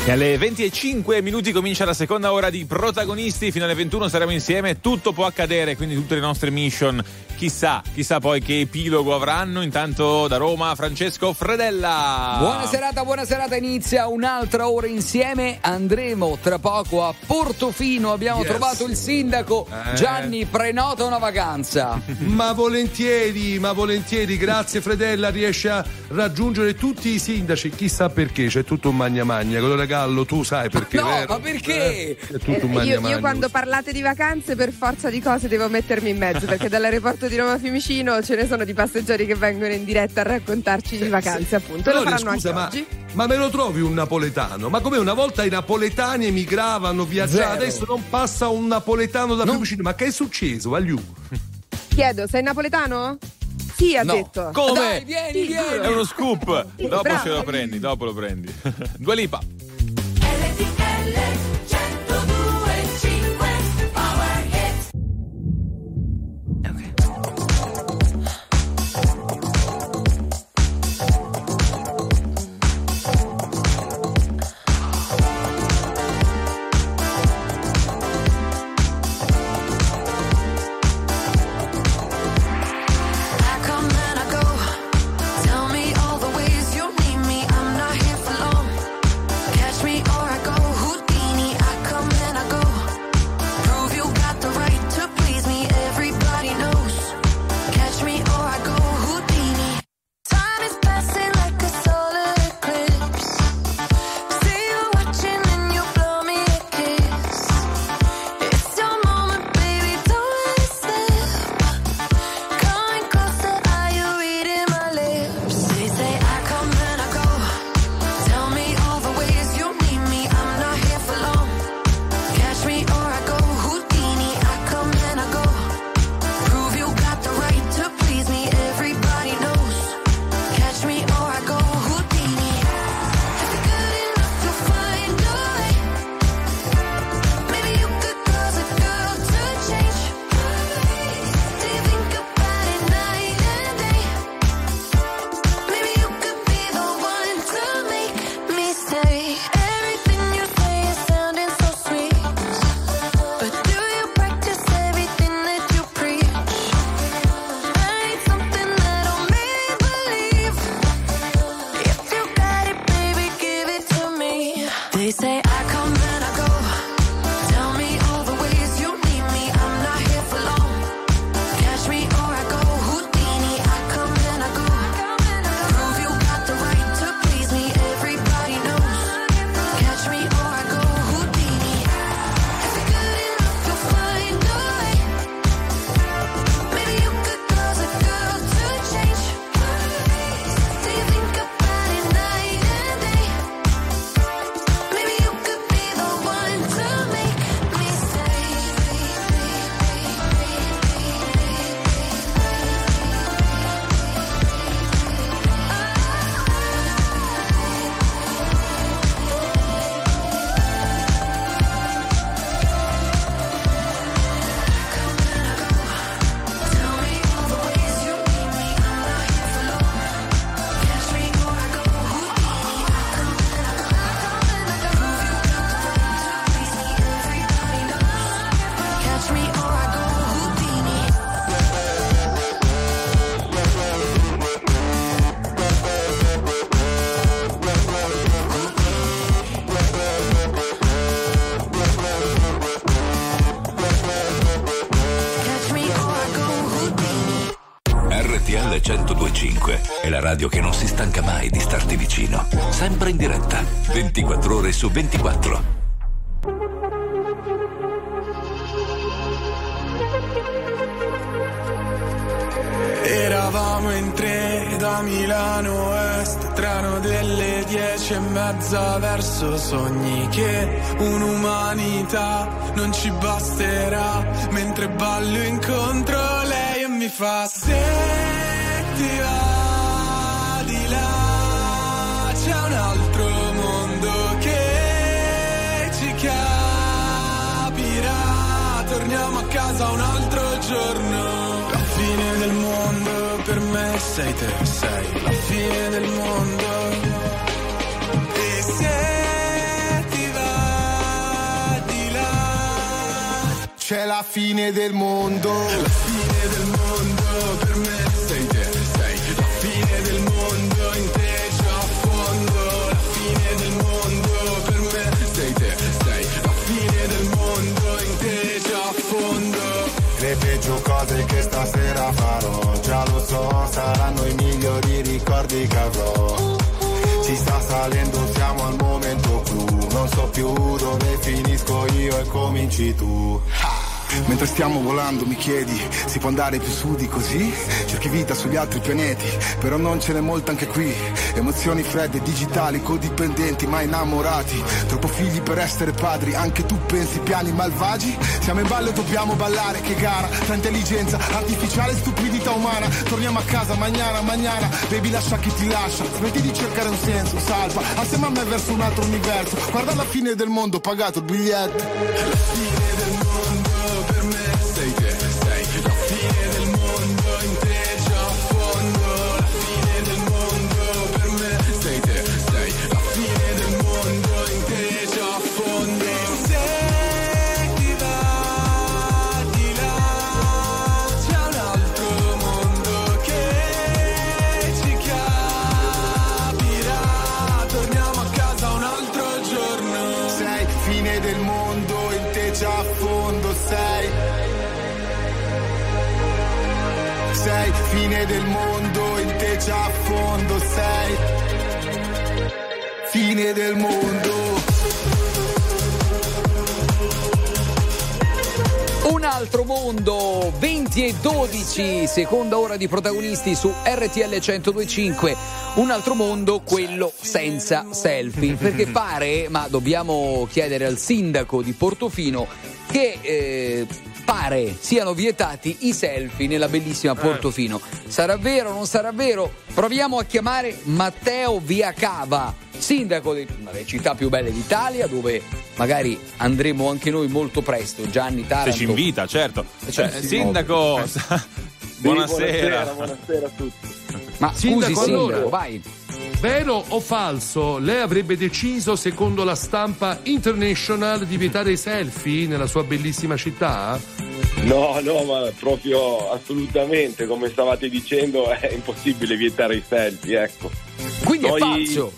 E alle venti e cinque minuti comincia la seconda ora di Protagonisti, fino alle ventuno saremo insieme, tutto può accadere, quindi tutte le nostre mission, chissà, chissà poi che epilogo avranno. Intanto da Roma Francesco Fredella. Buona serata, buona serata, inizia un'altra ora insieme, andremo tra poco a Portofino, abbiamo Yes. trovato il sindaco, Eh. Gianni prenota una vacanza. Ma volentieri, ma volentieri, grazie Fredella, riesce a raggiungere tutti i sindaci, chissà perché, c'è tutto un magna magna, quello Gallo, tu sai perché, No, vero? ma perché? Eh, è tutto un Eh, magna io, magna. io quando parlate di vacanze per forza di cose devo mettermi in mezzo, perché dall'aeroporto di Roma Fiumicino ce ne sono di passeggeri che vengono in diretta a raccontarci di vacanze, appunto, e lo Gloria, faranno scusa, anche ma, oggi. ma me lo trovi un napoletano? Ma come una volta i napoletani emigravano, viaggiavano, Zero. adesso non passa un napoletano da Fiumicino, ma che è succeso, Vagliù? Chiedo, sei napoletano? Sì, ha No. detto. Come? Dai, vieni, Sì, vieni. È uno scoop. Dopo Bravo. ce lo prendi, dopo lo prendi. Dua Lipa. I come and I go. Tell me all the ways you need me. I'm not here for long. Catch me or I go Houdini. I come and I go. Prove you got the right to please me. Everybody knows. Catch me or I go Houdini. Time is passing like a solar eclipse. See you watching and you blow me a kiss. It's your moment, baby. Don't let it slip. Coming closer, are you reading my lips? They say I come and I go. Tell me all the ways you need me. I'm not here for long. Catch me or I go Houdini. I come and I go. Prove you got the right to please me. Everybody knows. Catch me or I go Houdini. If you're good enough, you'll find a way. Maybe you could cause a girl to change. Do you think about it night and day? Maybe you could be the one to make me stay. Everything you say is sounding so sweet, but do you practice everything that you preach? I need something that'll make me believe. If you got it, baby, give it to me. They say I come and I go. Tell me all the ways you need me. I'm not here for long. Catch me or I go Houdini. I come and I go. Prove you got the right to please me. Everybody knows. Catch me or I go Houdini. If you're good enough, you'll find a way. Maybe you could cause a girl to change. Do you think about it night and day? Maybe you could be the one to make me stay. Tell me all the ways you need me. I'm not here for long. Catch me or I go Houdini. I come and I go. Prove you got the right to please me. Everybody knows. Catch me or I go Houdini. Catch me or I go Houdini. R T L centodue e cinque è la radio che non si stanca mai di starti vicino. Sempre in diretta, ventiquattro ore su ventiquattro. Eravamo in tre da Milano Est, treno delle dieci e mezza verso sogni che un'umanità non ci basterà, mentre ballo incontro lei e mi fa se ti va di là c'è un altro mondo che ci capirà, torniamo a casa un altro giorno. La fine del mondo per me sei te, sei la fine del mondo. E se c'è la fine del mondo. La fine del mondo per me sei te, sei la fine del mondo, in te già a fondo. La fine del mondo per me sei te, sei la fine del mondo, in te già a fondo. Le peggio cose che stasera farò, già lo so, saranno i migliori ricordi che avrò. Si sta salendo, siamo al momento clou, non so più dove finisco io e cominci tu. Mentre stiamo volando mi chiedi, si può andare più su di così? Cerchi vita sugli altri pianeti, però non ce n'è molta anche qui. Emozioni fredde, digitali, codipendenti, ma innamorati. Troppo figli per essere padri, anche tu pensi piani malvagi? Siamo in ballo e dobbiamo ballare, che gara tra intelligenza artificiale e stupidità umana. Torniamo a casa, mañana, mañana, baby lascia chi ti lascia. Smetti di cercare un senso, salva, assieme a me verso un altro universo. Guarda la fine del mondo, pagato il biglietto. La fine del mondo per me sei te, sei la fine del mondo, in te già a fondo. La fine del mondo per me sei te, sei la fine del mondo, in te già a fondo. Se ti va di là c'è un altro mondo che ci capirà. Torniamo a casa un altro giorno. Sei fine del mondo, in te già a fondo sei. Sei fine del mondo, in te già a fondo sei. Fine del mondo. Un altro mondo, venti e dodici, seconda ora di Protagonisti su R T L centodue e cinque. Un altro mondo, quello senza selfie, perché pare, ma dobbiamo chiedere al sindaco di Portofino, che eh, pare siano vietati i selfie nella bellissima Portofino. Sarà vero o non sarà vero? Proviamo a chiamare Matteo Viacava, sindaco di una delle città più belle d'Italia, dove magari andremo anche noi molto presto. Gianni, Taranto. Se ci invita, certo. Cioè, eh, sindaco, eh. buonasera. buonasera. Buonasera a tutti. Ma Sindaco, scusi, allora, sindaco, vai. Vero o falso? Lei avrebbe deciso, secondo la stampa international, di vietare i selfie nella sua bellissima città? No, no, ma proprio assolutamente, come stavate dicendo, è impossibile vietare i selfie, ecco. Quindi Noi... è falso?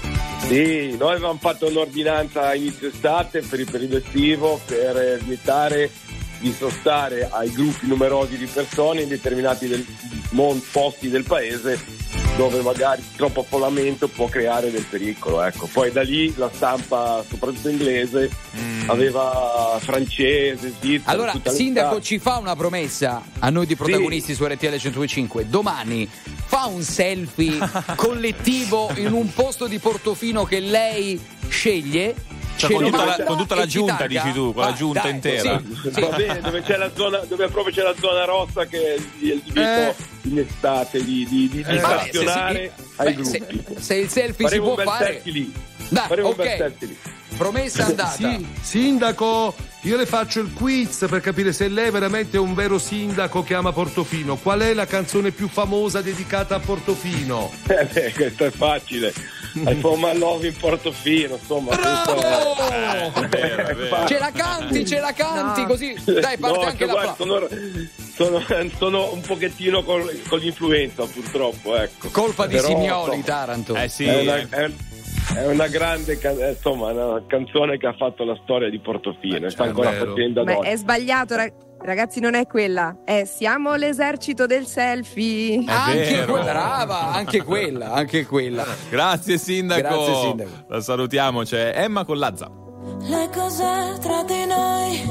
Sì, noi avevamo fatto un'ordinanza a inizio estate per il periodo estivo per vietare di sostare ai gruppi numerosi di persone in determinati del, mon, posti del paese dove magari troppo affollamento può creare del pericolo, ecco. Poi da lì la stampa, soprattutto inglese, mm. aveva francese, svizzera. Allora, tutta sindaco, l'estate. ci fa una promessa a noi di Protagonisti sì. su R T L centodue e cinque. Domani fa un selfie collettivo in un posto di Portofino che lei sceglie. Cioè, con, tutta la, con tutta la giunta, dici tu, con ah, la giunta dai, intera. Sì, sì. Va bene, dove c'è la zona, dove proprio c'è la zona rossa che è il divieto eh. in estate di, di, di, di eh. stazionare Vabbè, se, ai beh, gruppi. Se, se il selfie faremo si può fare. Lì. Dai, faremo ok. un bel selfie lì. Promessa andata. Sì, sindaco, io le faccio il quiz per capire se lei veramente è un vero sindaco che ama Portofino. Qual è la canzone più famosa dedicata a Portofino? Eh beh, questo è facile. I For My Love in Portofino, insomma. Bravo! È... È vero, è vero. Ce la canti, ce la canti, no. Così dai, parte no, anche guarda, la sono, sono, sono un pochettino con, con l'influenza, purtroppo, ecco. Colpa di Però, Simioli, no, Taranto. Eh sì. È una, è, è una grande insomma, una canzone che ha fatto la storia di Portofino e sta ancora facendo ad Ma oggi. è sbagliato, rag- ragazzi, non è quella. È siamo l'esercito del selfie. È anche quella, brava, anche quella, anche quella. Grazie sindaco. Grazie sindaco. La salutiamo, c'è Emma Collazza. Le cose tra di noi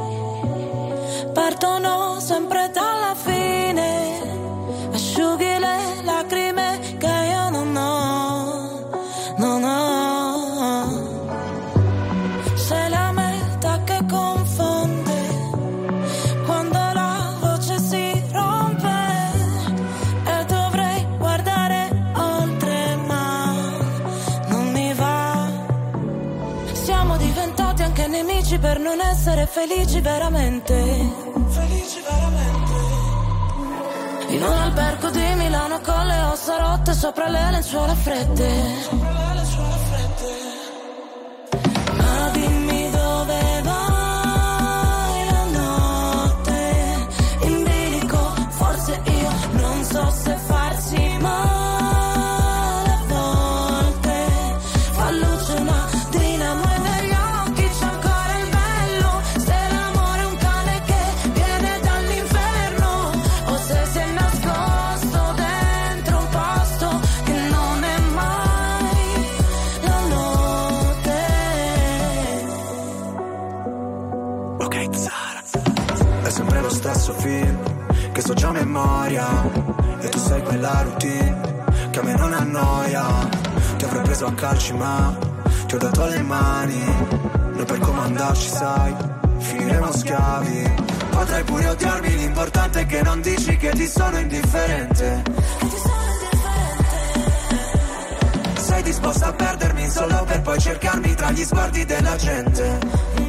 partono sempre dalla fine. Asciughi le lacrime che io non ho, non ho. Sei la meta che confonde quando la voce si rompe e dovrei guardare oltre ma non mi va. Siamo diventati anche nemici per non essere felici veramente. Felici veramente. In un albergo di Milano con le ossa rotte sopra le lenzuola fredde. Sopra le lenzuola fredde. Ma dimmi dove vai la notte. memoria. E tu sei quella routine che a me non annoia. Ti avrei preso a calci ma ti ho dato le mani. Noi per comandarci sai, finiremo schiavi. Potrai pure odiarmi, l'importante è che non dici che ti sono indifferente. Sei disposta a perdermi solo per poi cercarmi tra gli sguardi della gente.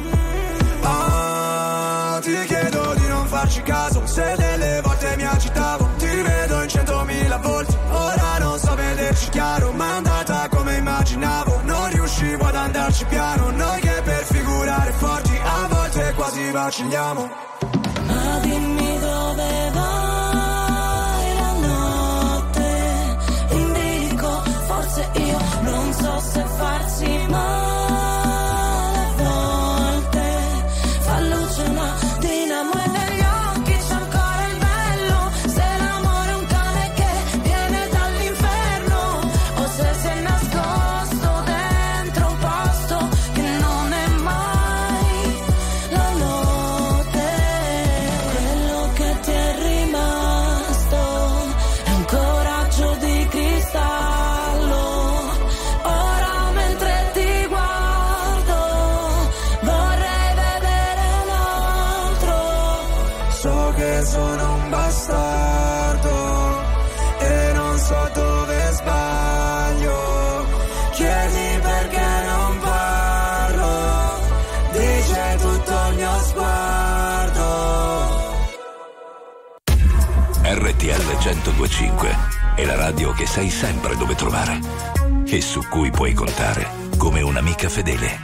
Ah, ti chiedo di non farci caso, se delle volte mi agitavo. Ti vedo in centomila volti, ora non so vederci chiaro. Ma è andata come immaginavo, non riuscivo ad andarci piano. Noi che per figurare forti a volte quasi vacilliamo. Ma dimmi dove vai la notte in bilico, forse io non so se farsi male a volte. Fa luce una dinamo e negli occhi c'è ancora il bello. Se l'amore è un cane che viene dall'inferno, o se si è nascosto dentro un posto che non è mai la notte. Quello che ti è rimasto è un coraggio di cristallo. Ora mentre ti guardo vorrei vedere un altro. So che sono un bastardo e non so dove sbaglio. Chiedi perché non parlo, dice tutto il mio sguardo. R T L centodue e cinque è la radio che sai sempre dove trovare e su cui puoi contare come un'amica fedele.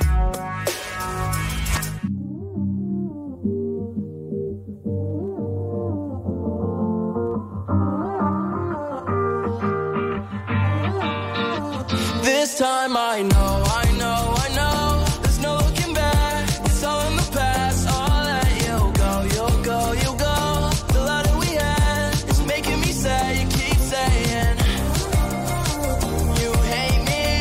This time I know, I know, I know. There's no looking back. It's all in the past. I'll let you go, you'll go, you go. The love that we had is making me sad. You keep saying you hate me.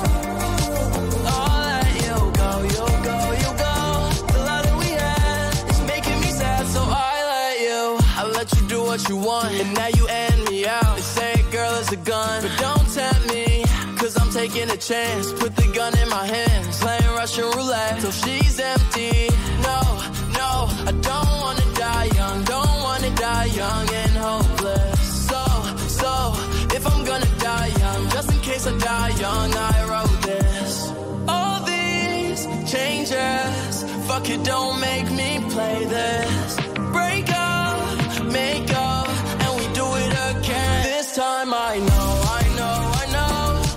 I'll let you go, you'll go, you go. The love that we had is making me sad, so I let you. I let you do what you want, and now you end me out. They say a girl is a gun, but don't tempt me. Cause I'm taking a chance, put the gun in my hands, playing Russian roulette till she's empty. No, no, I don't wanna die young, don't wanna die young and hopeless. So, so, if I'm gonna die young, just in case I die young, I wrote this. All these changes, fuck it, don't make me play this. Break up, make up, and we do it again. This time I know, I know, I know.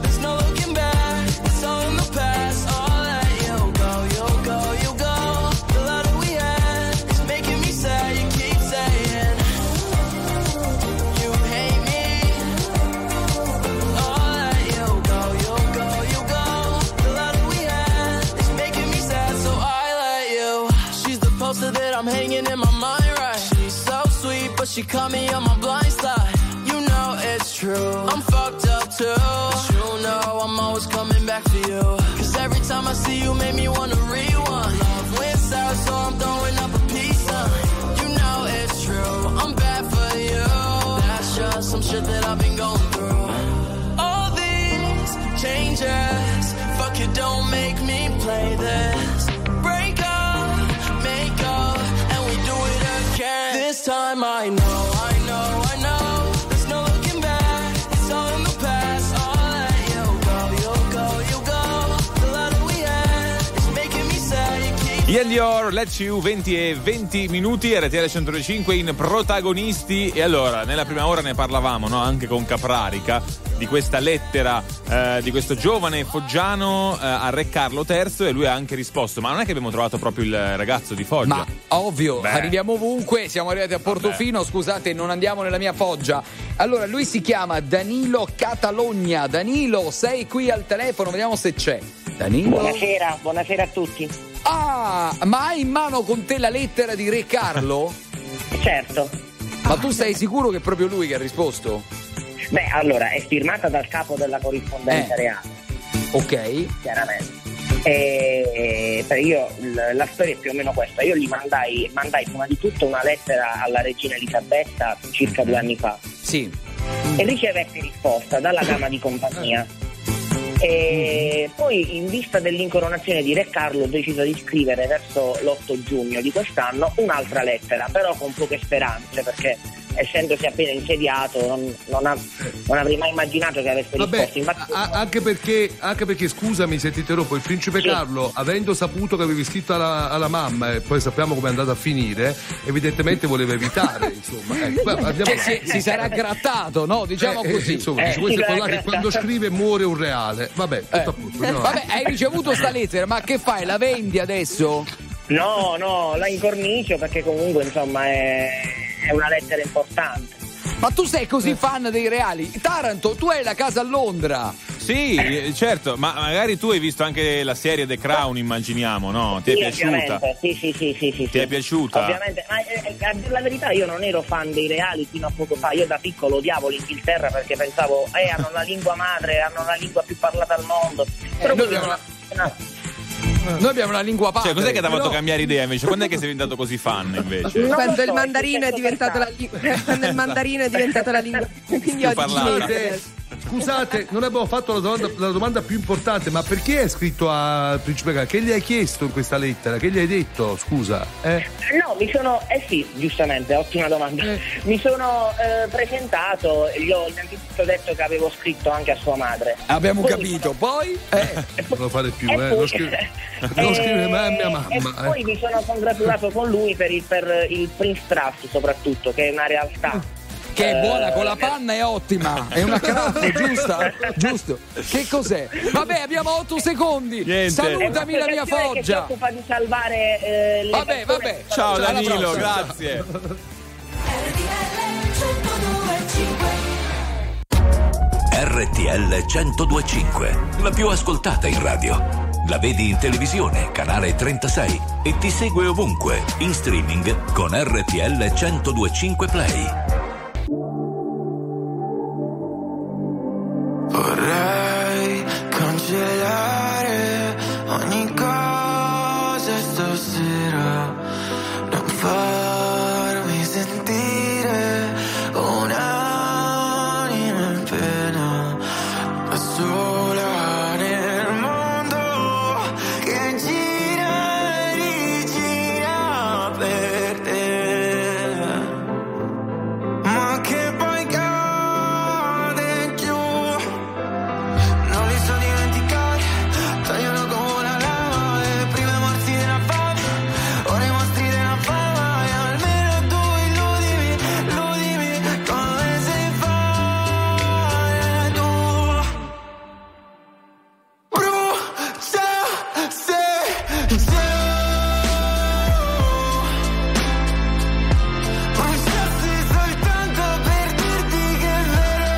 I'm hanging in my mind, right? She's so sweet, but she caught me on my blind side. You know it's true, I'm fucked up too. But you know I'm always coming back for you. Cause every time I see you make me wanna rewind. Love went south, so I'm throwing up a peace sign. You know it's true, I'm bad for you. That's just some shit that I've been going through. All these changes, fuck it, don't make me play this. Break up, make up, and we do it again. This time I know, I know, I know. There's no looking back, it's all in the past. I'll let you go, you'll go, you go. The love that we had is making me sad. You keep Ian Dior, Let's You, venti e venti minuti, R T L centodue e cinque in protagonisti. E allora, nella prima ora ne parlavamo, no? Anche con Caprarica, di questa lettera eh, di questo giovane foggiano eh, a Re Carlo terzo, e lui ha anche risposto: ma non è che abbiamo trovato proprio il ragazzo di Foggia? Ma ovvio, Beh. arriviamo ovunque, siamo arrivati a Portofino. Vabbè. Scusate, non andiamo nella mia Foggia. Allora, lui si chiama Danilo Catalogna. Danilo, sei qui al telefono, vediamo se c'è. Danilo. Buonasera, buonasera a tutti. Ah, ma hai in mano con te la lettera di Re Carlo? Certo. Ma tu sei sicuro che è proprio lui che ha risposto? Beh, allora, è firmata dal capo della corrispondenza eh. reale. Ok. Chiaramente. E io la storia è più o meno questa. Io gli mandai, mandai prima di tutto una lettera alla regina Elisabetta circa due anni fa. Sì. E ricevetti risposta dalla dama di compagnia. E poi, in vista dell'incoronazione di Re Carlo, ho deciso di scrivere verso l'otto giugno di quest'anno un'altra lettera, però con poche speranze, perché essendosi appena insediato non, non, ha, non avrei mai immaginato che avesse risposto. Infatti, a- anche, perché, anche perché, scusami se ti interrompo, il principe sì. Carlo, avendo saputo che avevi scritto alla, alla mamma e poi sappiamo come è andata a finire, evidentemente voleva evitare, insomma. Eh, andiamo che si, si sarà grattato, no? Diciamo eh, così. Eh, insomma, eh, questo è quello là che quando scrive muore un reale. Vabbè, tutto eh. a posto. No. Vabbè, hai ricevuto sta lettera, ma che fai? La vendi adesso? No, no, la incornicio perché comunque insomma è, è una lettera importante. Ma tu sei così fan dei reali? Taranto, tu hai la casa a Londra. Sì, certo, ma magari tu hai visto anche la serie The Crown, immaginiamo, no? Ti sì, è piaciuta? Sì, sì, sì, sì, sì. Ti è piaciuta? Ovviamente, ma eh, a dire la verità io non ero fan dei reali fino a poco fa. Io da piccolo odiavo l'Inghilterra perché pensavo, eh, hanno la lingua madre, hanno la lingua più parlata al mondo. Però eh, noi abbiamo... no. Noi abbiamo una lingua padre. Cioè, cos'è che ti ha fatto no. cambiare idea invece? Quando è che sei diventato così fan invece? Quando so, il mandarino è diventato la lingua. Quando il mandarino è diventato la lingua. Quindi oggi Scusate, scusate, non abbiamo fatto la domanda, la domanda più importante, ma perché hai scritto al principe Carlo? Che gli hai chiesto in questa lettera? Che gli hai detto? Scusa. Eh? No, mi sono, eh sì, giustamente, ottima domanda. Eh. Mi sono eh, presentato, gli ho innanzitutto detto che avevo scritto anche a sua madre. Abbiamo poi capito, poi? Eh. Non lo fare più, e eh. poi, Non scrivere, non scrivere mai a mia mamma. E eh. poi mi sono congratulato con lui per il, per il Prince Trust soprattutto, che è una realtà. Che è buona, con la panna è ottima, è una craft, giusta? Giusto. Che cos'è? Vabbè, abbiamo otto secondi. Niente. Salutami la mia Che si foggia. occupa di salvare eh, le Vabbè, persone. vabbè. Ciao Alla Danilo, prossima. grazie. R T L centodue e cinque, la più ascoltata in radio. La vedi in televisione, canale trentasei, e ti segue ovunque, in streaming con R T L centodue e cinque Play. Vorrei cancellare ogni cosa stasera, non farmi sentire un'anima in pena, da sola nel mondo che gira e rigira per te, ma che poi cade giù. Non li so dimenticare, tagliano come una lama, le prime morti della fame, ora i mostri della fama, e almeno tu illudimi, illudimi come sei fare tu. Brucia se giù, bruciassi soltanto per dirti che è vero.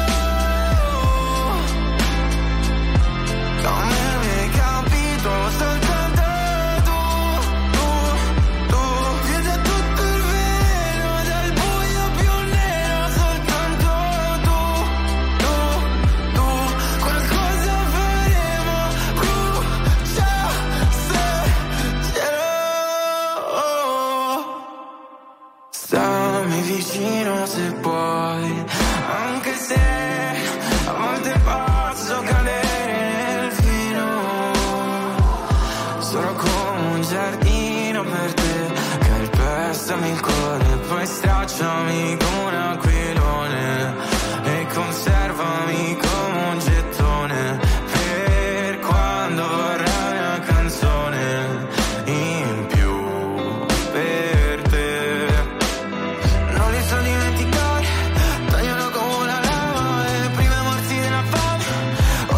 Come mi hai capito soltanto tu, tu, tu. Viene tutto il vero dal buio più nero, soltanto tu, tu, tu. Qualcosa faremo, brucia se cielo. Stammi vicino se puoi, anche se a volte posso cadere nel fino. Sono come un giardino per te, calpestami il cuore, poi stracciami come un aquilone e conservami come un gettone per quando vorrai una canzone in più per te. Non li so dimenticare, tagliano come una lama, le prime morti della fame,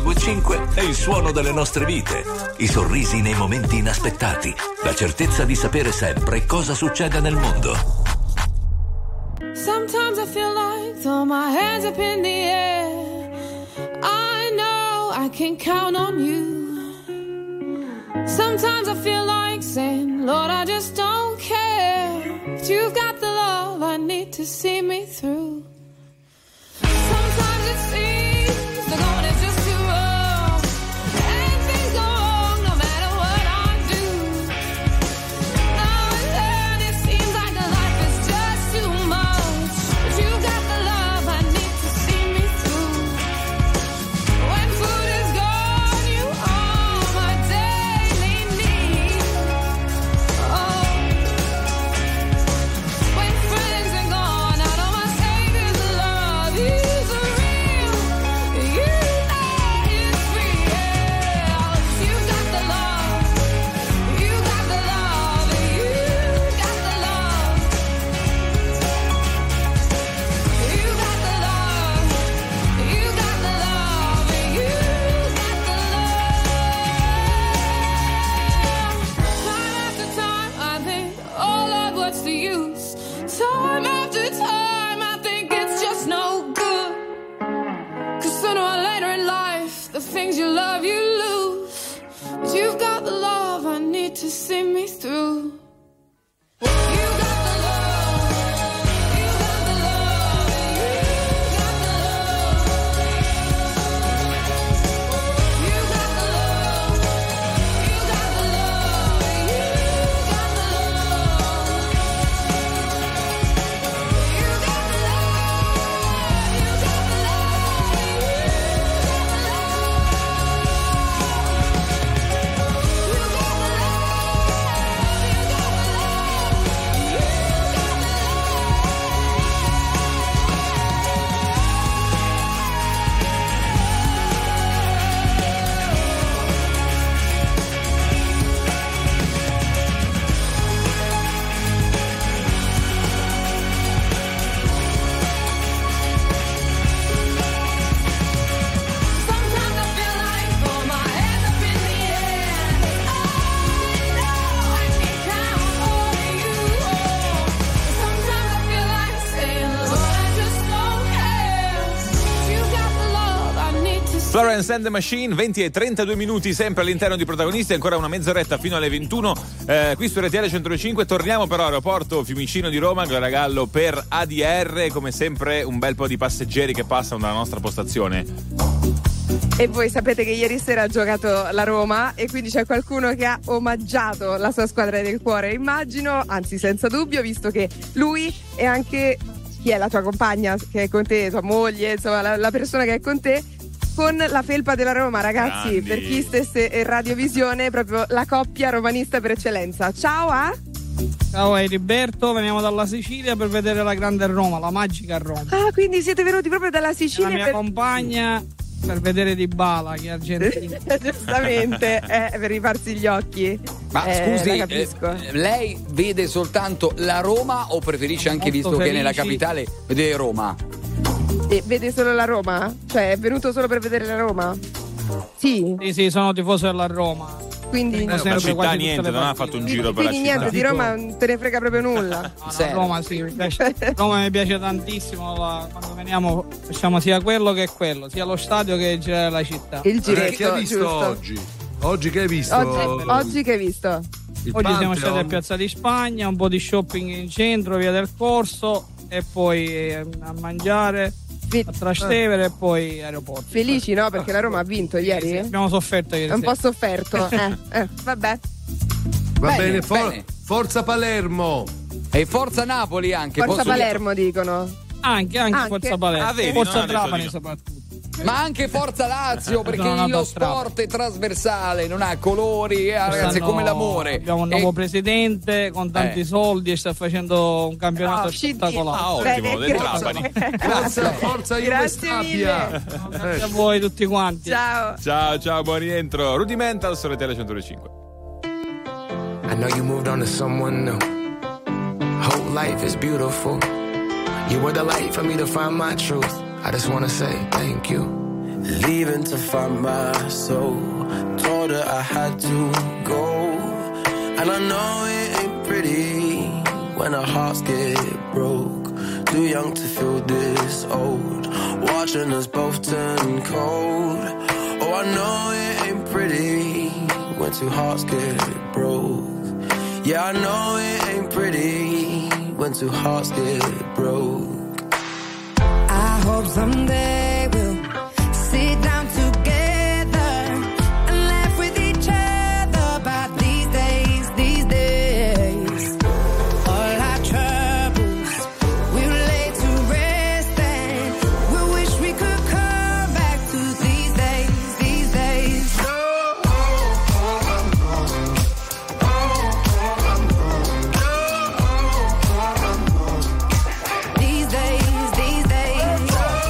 centodue e cinque è il suono delle nostre vite, i sorrisi nei momenti inaspettati, la certezza di sapere sempre cosa succede nel mondo. Sometimes I feel like throw my hands up in the air. I know I can count on you. Sometimes I feel like saying, Lord, I just don't care. But you've got the love I need to see me through. Sometimes it seems the going is just too wrong, and things go wrong no matter what I do. Now and then it seems like the life is just too much, but you got the love I need to see me through. When food is gone, you are my daily need. Oh, when friends are gone, I know my Savior's love is real. You know it's real. You got the love. You got the love. You got the love. You got the love. You got the love. You got the love. Time after time, I think, oh Lord, what's the use? Time after time, I think it's just no good. Cause sooner or later in life, the things you love, you lose. But you've got the love I need to see me through. You got the love. You got the love. You got the love. You got the love. You got the love. You got the love. You got the love. You got the Sometimes I feel like throw my hands up in the air. I know I can count on you. Sometimes I feel like saying, Lord, I just don't care. You got the love I need to see. Florence and the Machine, venti e trentadue minuti sempre all'interno di Protagonisti, ancora una mezz'oretta fino alle ventuno eh, qui su R T L centodue e cinque. Torniamo però all'aeroporto Fiumicino di Roma, Gloria Gallo per A D R, come sempre un bel po' di passeggeri che passano dalla nostra postazione. E voi sapete che ieri sera ha giocato la Roma e quindi c'è qualcuno che ha omaggiato la sua squadra del cuore, immagino, anzi senza dubbio, visto che lui è anche chi è la tua compagna che è con te, tua moglie, insomma la, la persona che è con te, con la felpa della Roma, ragazzi. Grandi. Per chi stesse in radiovisione, proprio la coppia romanista per eccellenza. Ciao a Ciao, è Heriberto, veniamo dalla Sicilia per vedere la grande Roma, la magica Roma. Ah, quindi siete venuti proprio dalla Sicilia? La mia per... compagna per vedere Dybala, che è argentino. Giustamente, eh, per rifarsi gli occhi. Ma Eh, scusi, la capisco. eh, lei vede soltanto la Roma o preferisce anche, Molto visto che è nella felici. capitale, vedere Roma? E vede solo la Roma? Cioè è venuto solo per vedere la Roma? Sì. Sì, sì, sono tifoso della Roma. Quindi, Vengo La sempre città quasi niente, tutte le non ha partite. fatto un giro per la quindi città. niente, di Roma non te ne frega proprio nulla. No, no, Serio? Roma sì, mi piace. Roma mi piace tantissimo. la- quando veniamo facciamo sia quello che quello, sia lo stadio che girare la città. Il Eh, giretto, che hai visto giusto. oggi? Oggi che hai visto? Oggi, oggi che hai visto? Il Oggi siamo Pantheon? stati a Piazza di Spagna, un po' di shopping in centro, via del Corso e poi eh, a mangiare Fe- a Trastevere e poi aeroporto. Felici, no? Perché la Roma ha vinto ieri? Abbiamo sofferto ieri È un sera. po' sofferto. eh, eh, vabbè. Va Bene, bene, for- bene. forza Palermo. E Forza Napoli anche. Forza posso- Palermo dicono. Anche, anche, Anche? Forza Palermo, Ah, vedi, Forza non ha detto Trapani di no. soprattutto. Ma anche Forza Lazio, perché Sono lo autostrada. sport è trasversale, non ha colori, eh, ragazzi, è Quest'anno come l'amore. Abbiamo un E- nuovo presidente con tanti Eh. soldi e sta facendo un campionato Oh, spettacolare. Ah, ottimo, Bene, del grazie. Trapani. Forza, forza Juve Grazie Stabia. mille. Grazie a voi tutti quanti. Ciao. Ciao, ciao, buon rientro. Rudimental su R T L centodue e cinque. I know you moved on to someone new. Whole life is beautiful. You were the light for me to find my truth. I just wanna say thank you. leaving to find my soul. Told her I had to go, and I know it ain't pretty when our hearts get broke. Too young to feel this old, watching us both turn cold. Oh, I know it ain't pretty when two hearts get broke. Yeah, I know it ain't pretty when two hearts get broke. I hope someday we'll sit down together and laugh with each other about these days, these days. All our troubles we'll lay to rest, and we wish we could come back to these days, these days. These days, these days.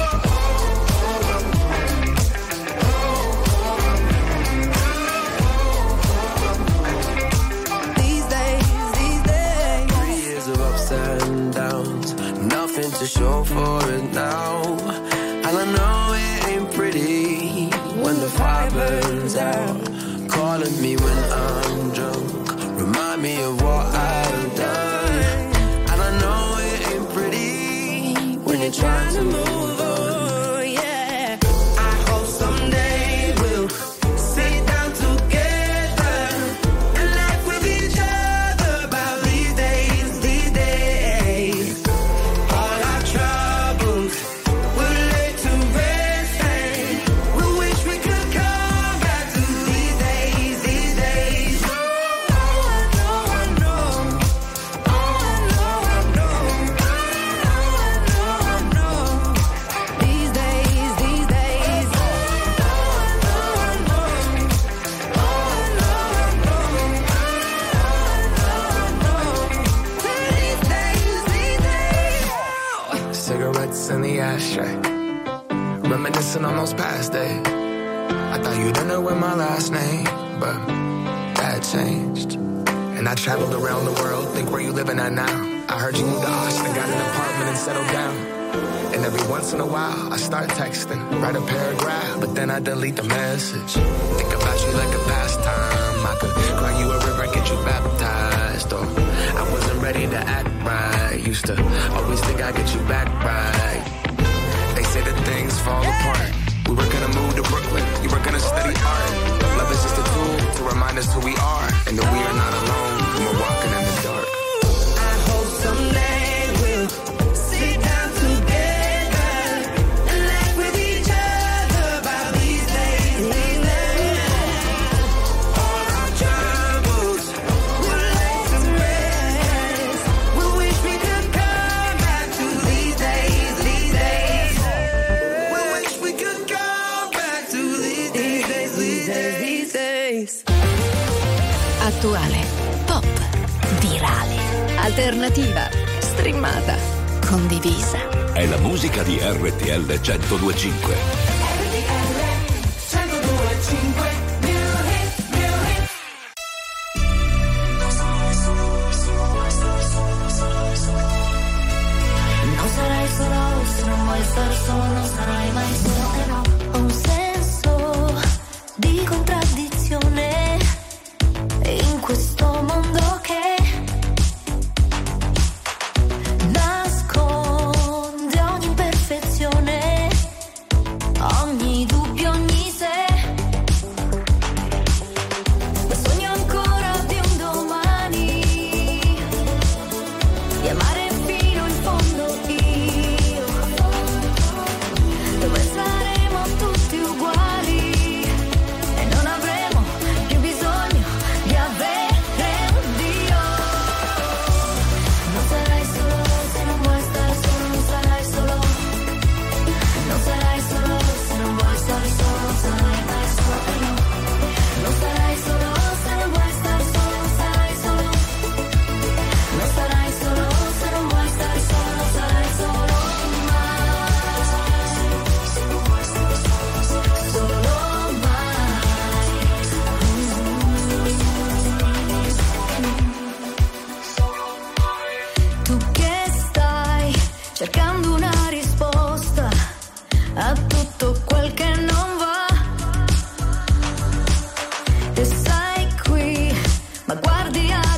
These days, these days. Three years of ups and downs, nothing to show for it now. And I know it ain't pretty when the fire burns out. Calling me when I'm drunk, remind me of what I've done. And I know it ain't pretty when you're trying to move on. Yeah, I hope someday we'll sit down together and laugh with each other about these days, these days. All our troubles we'll lay to rest, and we wish we could come back to these days, these days. Oh, I know, I know. Oh, I know, I know. Oh, I know, I know. These days, these days. Oh, I know, I know. Oh, I know, I know. These days, these days. Cigarettes in the ashtray, reminiscing on those past days. I thought you didn't know with my last name, but that changed. And I traveled around the world, think where you living at now. I heard you moved to Austin, got an apartment and settled down. And every once in a while, I start texting, write a paragraph, but then I delete the message. Think about you like a pastime. I could cry you a river, get you baptized. Or I wasn't ready to act right. Used to always think I'd get you back right. They say that things fall apart. We were gonna move to Brooklyn, you were gonna study art. Love is just a tool to remind us who we are, and that we are not alone when we're walking in the dark. I hope someday we'll sit down together and laugh with each other about these days, these days. All our troubles we'll lay to rest. We wish we could come back to these days, these days. We wish we could come back to these days, these days, these days. Attuale, pop, virale, alternativa, streamata, condivisa. È la musica di R T L centodue e cinque. Non sarai solo se non vuoi star solo, non sarai mai solo, eh no. Ho un senso di contraddizione in questo mondo che nasconde ogni imperfezione.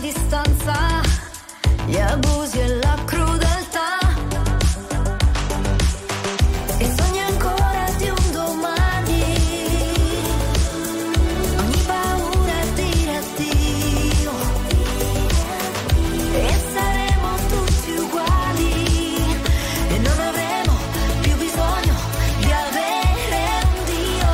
distanza, gli abusi e la crudeltà. E sogni ancora di un domani, ogni paura è dire addio. E saremo tutti uguali e non avremo più bisogno di avere un Dio.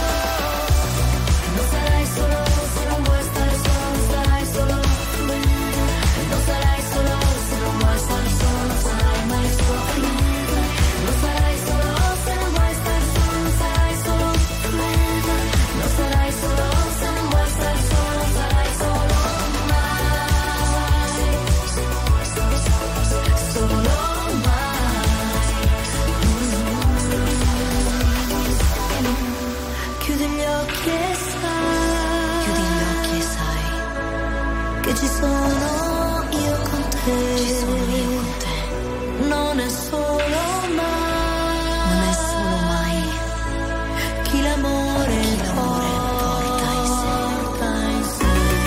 Non sarai solo se non vuoi stare solo, non sarai solo. Non sarai solo se non vuoi stare solo, non sarai mai solo. Non sarai solo se non vuoi stare solo, non sarai solo. Non sarai solo se non vuoi stare solo, non sarai solo mai. Solo mai. Chiudi gli occhi e sai, chiudi gli occhi e sai che ci sono io con te. Ci sono io con te. Non è solo mai, non è solo mai chi l'amore porta in sé, porta in sé.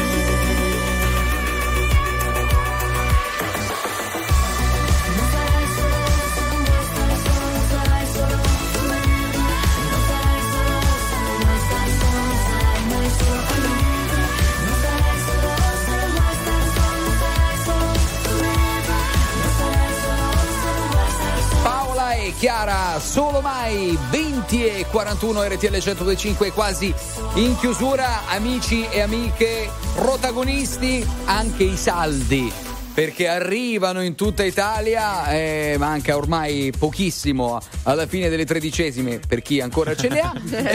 Non sarai solo se non vuoi stare solo, non sarai solo. Non sarai solo se non vuoi stare solo, non sarai mai solo. Non sarai solo se non vuoi stare solo, non sarai solo. Non sarai solo se non vuoi stare solo. Paola e Chiara, solo mai. Venti e quarantuno, R T L centodue e cinque quasi in chiusura. Amici e amiche protagonisti, anche i saldi, perché arrivano in tutta Italia, eh, manca ormai pochissimo alla fine delle tredicesime per chi ancora ce le ha.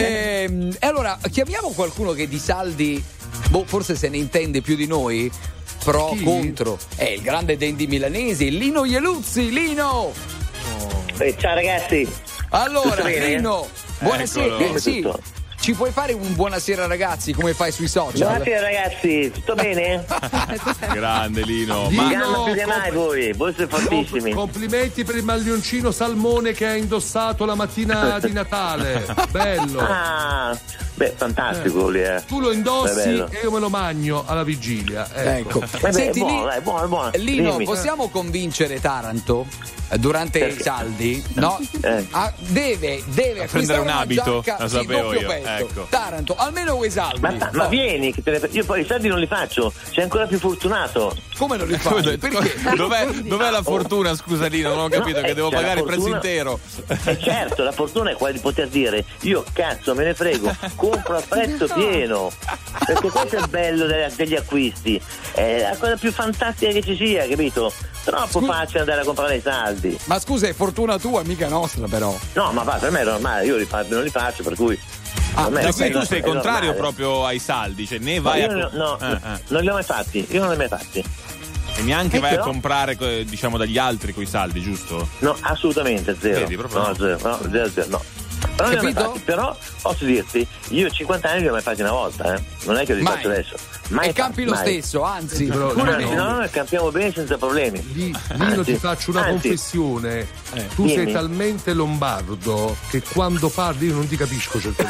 E allora chiamiamo qualcuno che di saldi, boh, forse se ne intende più di noi. Pro, Chi? contro. È il grande Dandy milanesi, Lino Ieluzzi. Lino! Eh, ciao ragazzi. Allora, Tutto bene? Lino, buonasera. Eccolo. Eh, sì. Tutto. Ci puoi fare un buonasera ragazzi, come fai sui social? Buonasera ragazzi, tutto bene? Grande Lino. Lino, Ma Gamma più di mai voi, voi siete fortissimi. Complimenti per il maglioncino salmone che hai indossato la mattina di Natale. Bello. Ah, beh, fantastico lì, eh. Tu lo indossi Beh, bello. e io me lo magno alla vigilia. Ecco. Ecco. Vabbè, Senti, buono, Li- dai, buono, buono. Lino, Dimmi. possiamo convincere Taranto eh, durante Perché? i saldi? No? Eh. Ah, deve, deve A prendere acquistare un una abito, giacca, la sì, sapevo doppio io, petto. ecco. Taranto, almeno quei saldi. Ma, ma, ma No. vieni, che te ne- io poi i soldi non li faccio, sei ancora più fortunato. Come non li fai? Perché? Dov'è, dov'è la fortuna, scusa Lino? Non ho capito, No, che eh, devo c'è la pagare il prezzo fortuna- intero. E certo, la fortuna è quella di poter dire io cazzo me ne frego, compro a prezzo pieno, perché questo è il bello delle- degli acquisti, è la cosa più fantastica che ci sia, capito? Troppo Scusa. facile andare a comprare i saldi. Ma scusa, è fortuna tua, mica nostra però. No, ma va, per me è normale, io li fa- non li faccio, per cui Ah, per me Cioè, è- quindi tu è- sei è contrario normale. proprio ai saldi, cioè ne Ma vai io a. no, no, Eh, eh. non li ho mai fatti, io non li ho mai fatti. E neanche Eh, vai però- a comprare, eh, diciamo, dagli altri coi saldi, giusto? No, assolutamente zero. Vedi, proprio no, no. zero, no, zero, zero, no. Però, non li ho mai Capito? fatti, però posso dirti, io cinquanta anni li ho mai fatti una volta, eh. Non è che li Mai. faccio adesso. Mai E campi fatti, lo mai. stesso, anzi, Però- pure Anzi, noi. no, noi campiamo bene senza problemi. Li- Lino, Anzi, ti faccio una anzi, confessione. Eh, tu sei dimmi. talmente lombardo che quando parli io non ti capisco certe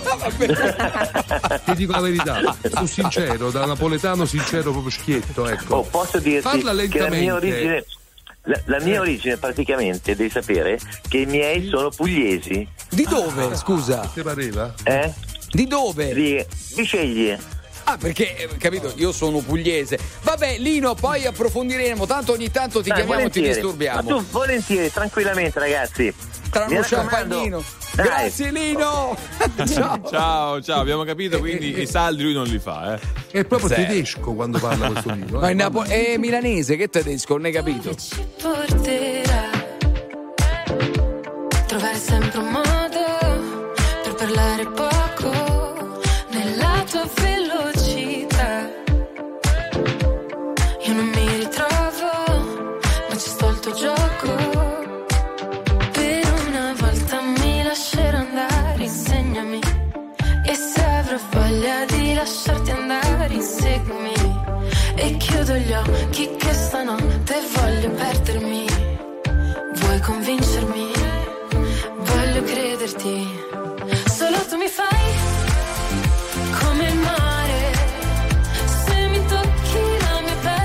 volte. Ti dico la verità, sono sincero, da napoletano sincero proprio schietto, ecco. Oh, posso dirti Parla che la lentamente. mia origine, la, la mia origine praticamente, devi sapere che i miei sono pugliesi. Di dove, scusa? Ti pareva? Eh? Di dove? Di, di scegli. Ah, perché, eh, capito, io sono pugliese. Vabbè, Lino, poi approfondiremo, tanto ogni tanto ti Dai, chiamiamo e ti volentieri. disturbiamo. Ma tu volentieri, tranquillamente ragazzi. Tra Mi uno raccomando. champagnino. Dai. Grazie Lino! Ciao! Ciao, ciao, abbiamo capito, quindi i saldi lui non li fa, eh. È proprio Sì. tedesco quando parla questo Lino. No, eh. è, napo- è milanese, che tedesco, non hai capito? Ci porterà trovare sempre un modo per parlare poco nella tua velocità. Io non mi ritrovo, ma ci sto il tuo gioco. Per una volta mi lascerò andare, insegnami. E se avrò voglia di lasciarti andare, inseguimi. E chiudo gli occhi che stanotte voglio perdermi. Vuoi convincermi? Voglio crederti. Solo tu mi fai come il mare. Se mi tocchi la mia pelle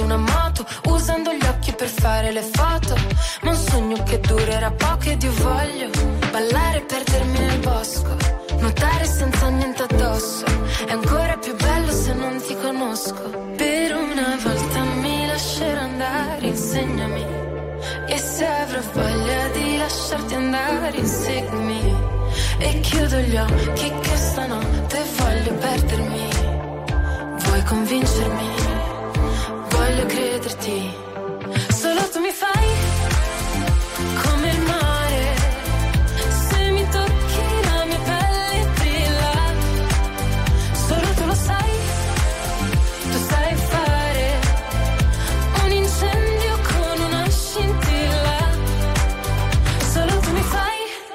una moto, usando gli occhi per fare le foto. Ma un sogno che durerà poco ed io voglio ballare e perdermi nel bosco, nuotare senza niente addosso. È ancora più bello se non ti conosco. Per una volta mi lascerò andare, insegnami. E se avrò voglia di lasciarti andare, inseguimi. E chiudo gli occhi che stanotte voglio perdermi. Vuoi convincermi? Voglio crederti. Solo tu mi fai come il mare. Se mi tocchi la mia pelle brilla. Solo tu lo sai. Tu sai fare un incendio con una scintilla. Solo tu mi fai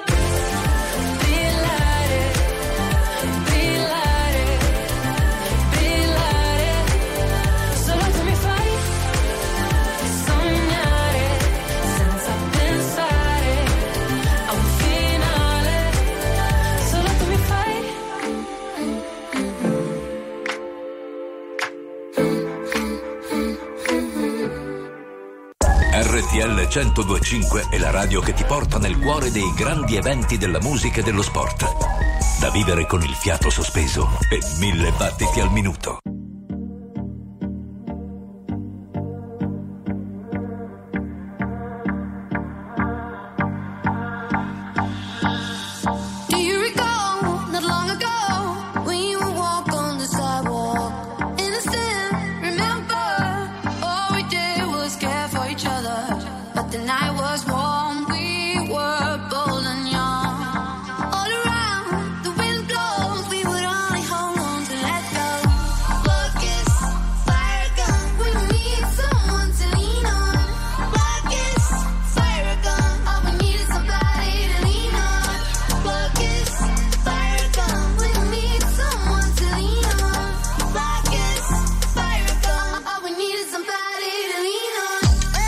brillare, brillare, brillare. Solo tu mi fai sognare senza pensare a un finale. Solo tu mi fai. R T L centodue e cinque è la radio che ti porta nel cuore dei grandi eventi della musica e dello sport. Da vivere con il fiato sospeso e mille battiti al minuto. Do you recall not long ago when you would walk on the sidewalk? Innocent, remember, all we did was care for each other. But the night was warm, we were bold and young. All around, the wind blows, we would only hold on to let go. Focus, fire gun, we need someone to lean on. Focus, fire gun, all we need is somebody to lean on. Focus, fire gun, we need someone to lean on. Focus, fire gun, all we need is somebody to lean on.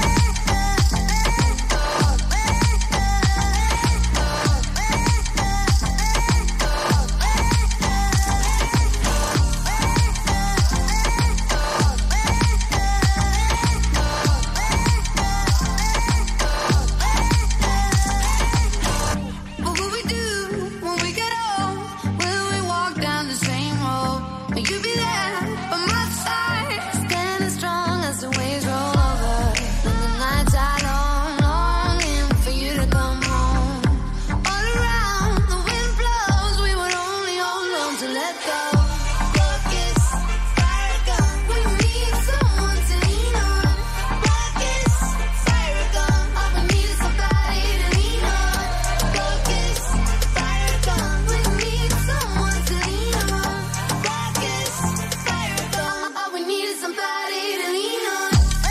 What will we do when we get old? Will we walk down the same road? Will you be there by my side, standing strong as the waves roll over? When the nights are long, longing for you to come home. All around, the wind blows, we would only hold on to let go. Focus, fire gun, we need someone to lean on. Focus, fire gun, all we need is somebody to lean on. Focus, fire gun, we need someone to lean on. Focus, fire gun, all we need is somebody to lean on.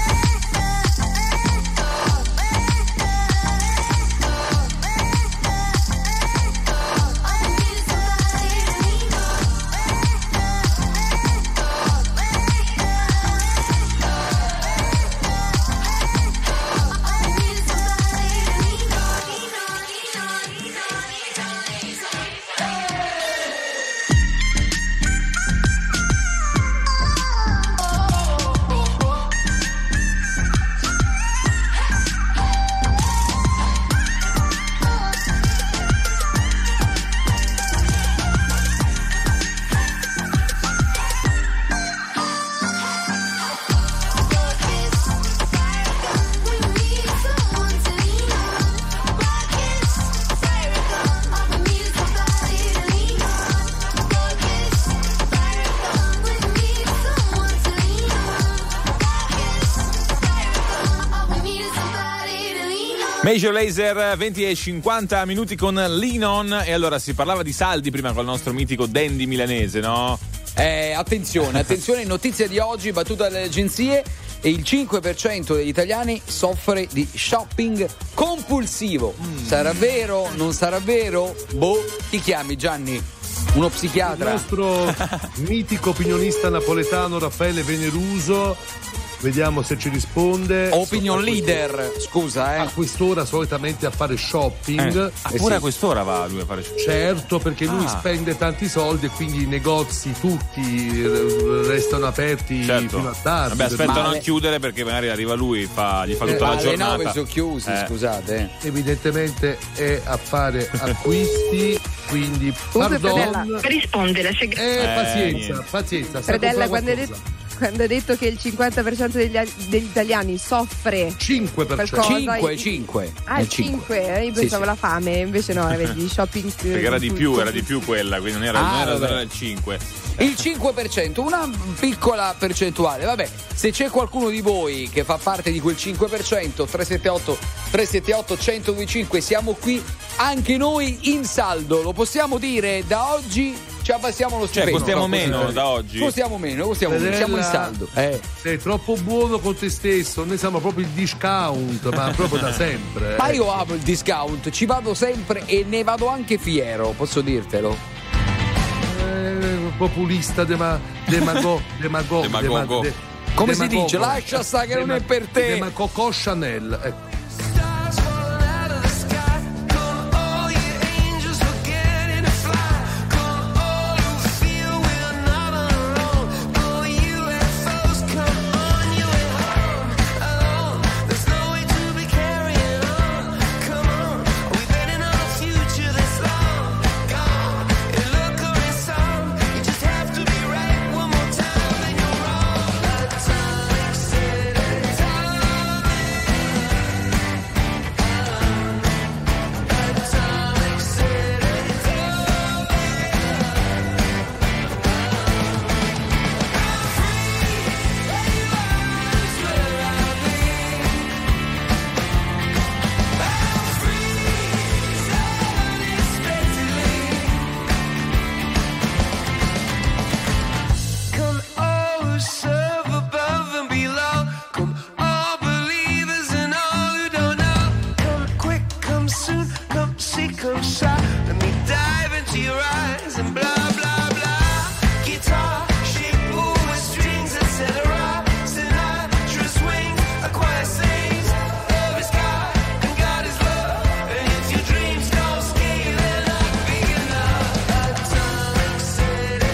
Major Lazer, venti e cinquanta minuti con Lean On. E allora si parlava di saldi prima col nostro mitico Dandy milanese, no? Eh, attenzione, attenzione, notizia di oggi, battuta dalle agenzie, e il cinque per cento degli italiani soffre di shopping compulsivo. Mm. Sarà vero? Non sarà vero? Boh, ti chiami Gianni? Uno psichiatra? Il nostro mitico opinionista napoletano Raffaele Veneruso Vediamo se ci risponde. Opinion leader, scusa, eh. A quest'ora solitamente a fare shopping. Eh, ah, pure a quest'ora va lui a fare shopping. Certo, perché lui Ah. spende tanti soldi e quindi i negozi tutti eh, restano aperti Certo. fino a tardi. Vabbè, aspettano Male. a chiudere perché magari arriva lui, fa, gli fa Eh, tutta la Alle giornata. nove sono chiusi, Eh. scusate. Evidentemente è a fare acquisti, quindi Comunque, pardon. Fredella, Risponde la segretaria. Eh, Eh, pazienza, niente. pazienza. sta Fredella, comprando quando hai, qualcosa. detto, quando hai detto che il cinquanta per cento degli, degli italiani soffre cinque per cento. qualcosa, cinque, i- cinque. Ah, È il cinque, io Sì, pensavo sì. la fame, invece no, vedi, shopping. Perché era di più, era di più quella, quindi non era, Ah, non era, vabbè. non era il cinque. Il cinque per cento, una piccola percentuale. Vabbè, se c'è qualcuno di voi che fa parte di quel cinque per cento, tre sette otto tre sette otto uno zero due cinque, siamo qui anche noi in saldo. Lo possiamo dire, da oggi ci abbassiamo lo Cioè, stipendio. costiamo No, meno costiamo- da oggi? Costiamo meno, costiamo meno, Fredella, siamo in saldo. Eh. Sei troppo buono con te stesso, noi siamo proprio il discount, ma proprio da sempre. Ma io amo il discount, ci vado sempre e ne vado anche fiero, posso dirtelo. Eh, populista, dema, demago, demago, Demagogo. dema- de- Come si demagogo. dice? Lascia sta che non è per te. Demagogo Chanel. ecco. Come all serve above and below. Come all believers and all who don't know. Come quick, come soon, come see, come shy. Let me dive into your eyes and blah, blah, blah. Guitar, shape, with strings, et cetera. Sinatra swings, a choir sings. Love is God and God is love. And if your dreams don't scale, they're not big enough. Atomic City.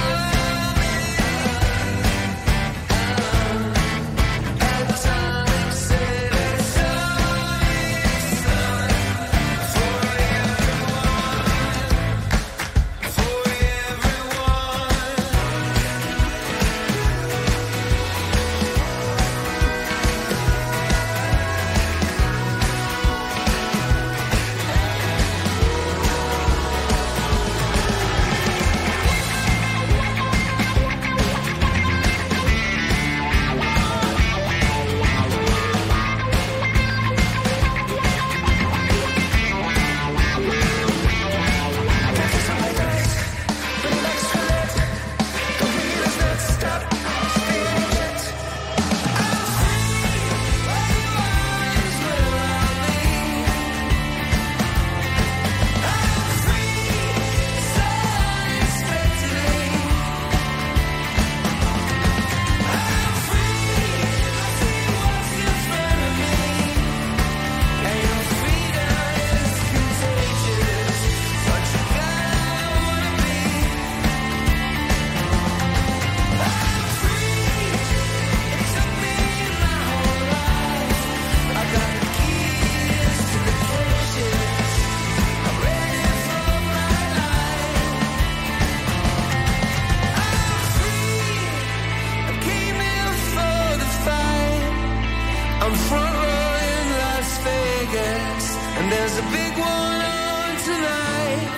Came in for the fight. I'm front row in Las Vegas, and there's a big one on tonight.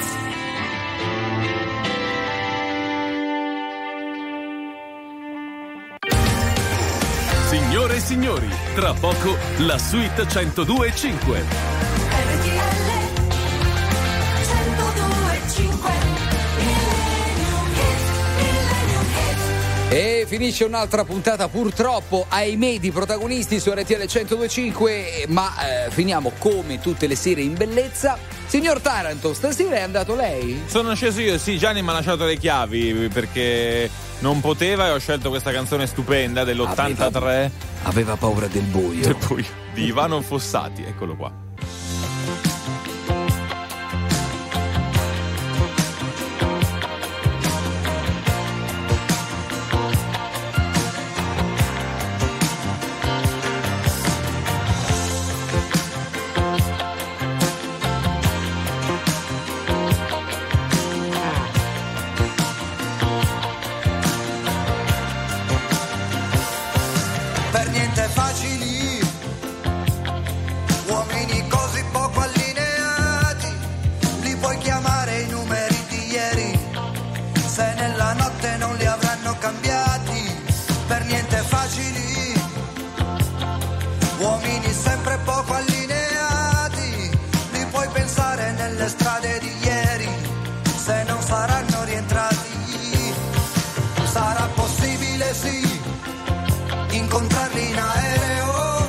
Signore e signori, tra poco la suite centodue e cinque. E finisce un'altra puntata, purtroppo, ahimè, di Protagonisti su R T L centodue e cinque, ma eh, finiamo come tutte le sere in bellezza. Signor Taranto, stasera è andato lei? Sono sceso io, sì, Gianni mi ha lasciato le chiavi perché non poteva e ho scelto questa canzone stupenda dell'ottantatré. Aveva, aveva paura del buio. Del buio, di Ivano Fossati, eccolo qua. Per niente facili, uomini così poco allineati, li puoi chiamare i numeri di ieri, se nella notte non li avranno cambiati. Per niente facili, uomini sempre poco allineati, li puoi pensare nelle strade di ieri, se non saranno rientrati. Sarà possibile, sì, incontrarli in aereo,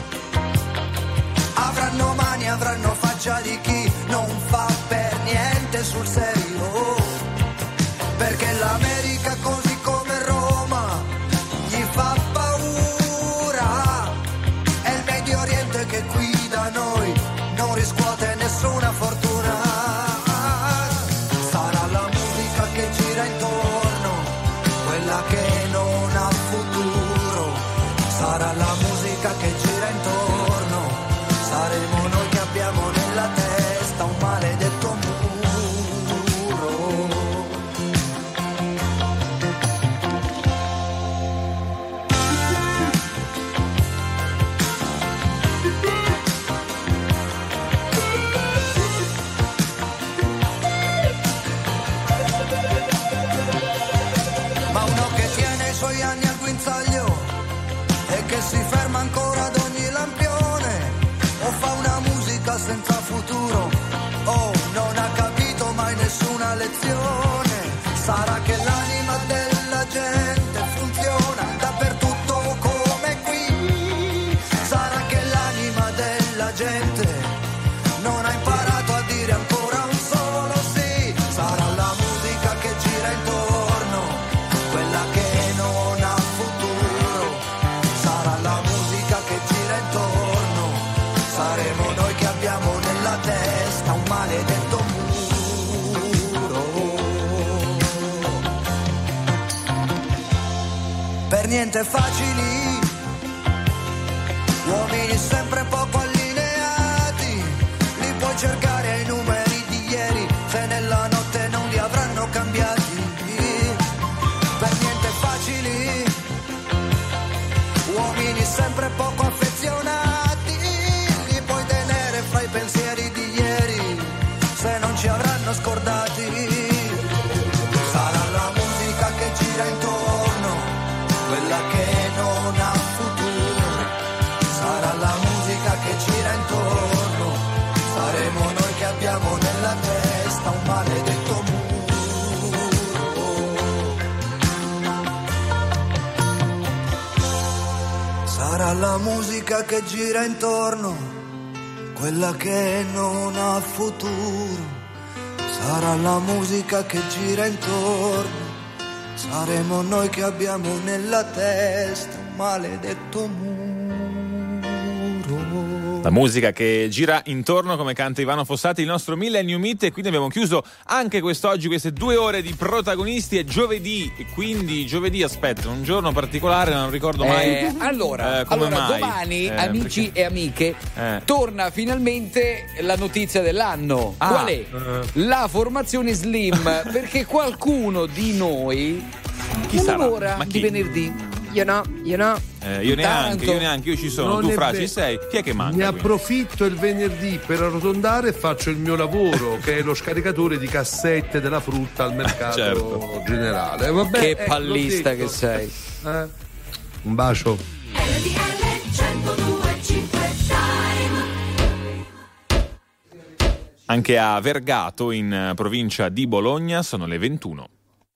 avranno mani, avranno faccia di chi non fa per niente sul serio, perché l'America così come Roma gli fa paura, è il Medio Oriente che qui da noi non riscuote nessuna fortuna. Sarà la musica che gira intorno, quella che non ha futuro. Sarà la musica che gira intorno, saremo noi che abbiamo nella testa un maledetto muro. Ma uno che tiene i suoi anni al guinzaglio e che si ferma ancora ad ogni lampione, o fa una musica senza futuro, o non ha capito mai nessuna lezione. Sarà che l'anima della gente funziona dappertutto come qui, sarà che l'anima della gente non ha imparato a dire ancora un solo sì. Sarà la musica che gira intorno, quella che non ha futuro. Sarà la musica che gira intorno, saremo noi che abbiamo nella testa un maledetto muro. Per niente facili, uomini sempre poco allineati, li puoi cercare ai numeri di ieri, se nella notte non li avranno cambiati. Per niente facili, uomini sempre poco affezionati, li puoi tenere fra i pensieri di ieri, se non ci avranno scordati. Sarà la musica che gira intorno, quella che non ha futuro. Sarà la musica che gira intorno, saremo noi che abbiamo nella testa un maledetto muro. Sarà la musica che gira intorno, quella che non ha futuro. Sarà la musica che gira intorno, saremo noi che abbiamo nella testa un maledetto muro. La musica che gira intorno, come canta Ivano Fossati, il nostro Millennium Hit. E quindi abbiamo chiuso anche quest'oggi queste due ore di Protagonisti. È giovedì, e quindi giovedì, aspetta, un giorno particolare, non ricordo mai. Eh, allora, eh, come allora mai? domani, Eh, amici perché- e amiche, Eh. torna finalmente la notizia dell'anno. Ah. Qual è? Eh. La formazione Slim, perché qualcuno di noi Chi non sarà? lavora Ma chi? di venerdì. Io no, io no. Eh, io neanche, Tanto- io neanche, io ci sono. Non Tu è Fra vero. ci sei? Chi è che manca? Ne quindi? approfitto il venerdì per arrotondare e faccio il mio lavoro, che è lo scaricatore di cassette della frutta al mercato Certo. generale. Vabbè, Che eh, pallista l'ho detto. che sei. Eh? Un bacio. Anche a Vergato, in provincia di Bologna, sono le ventuno.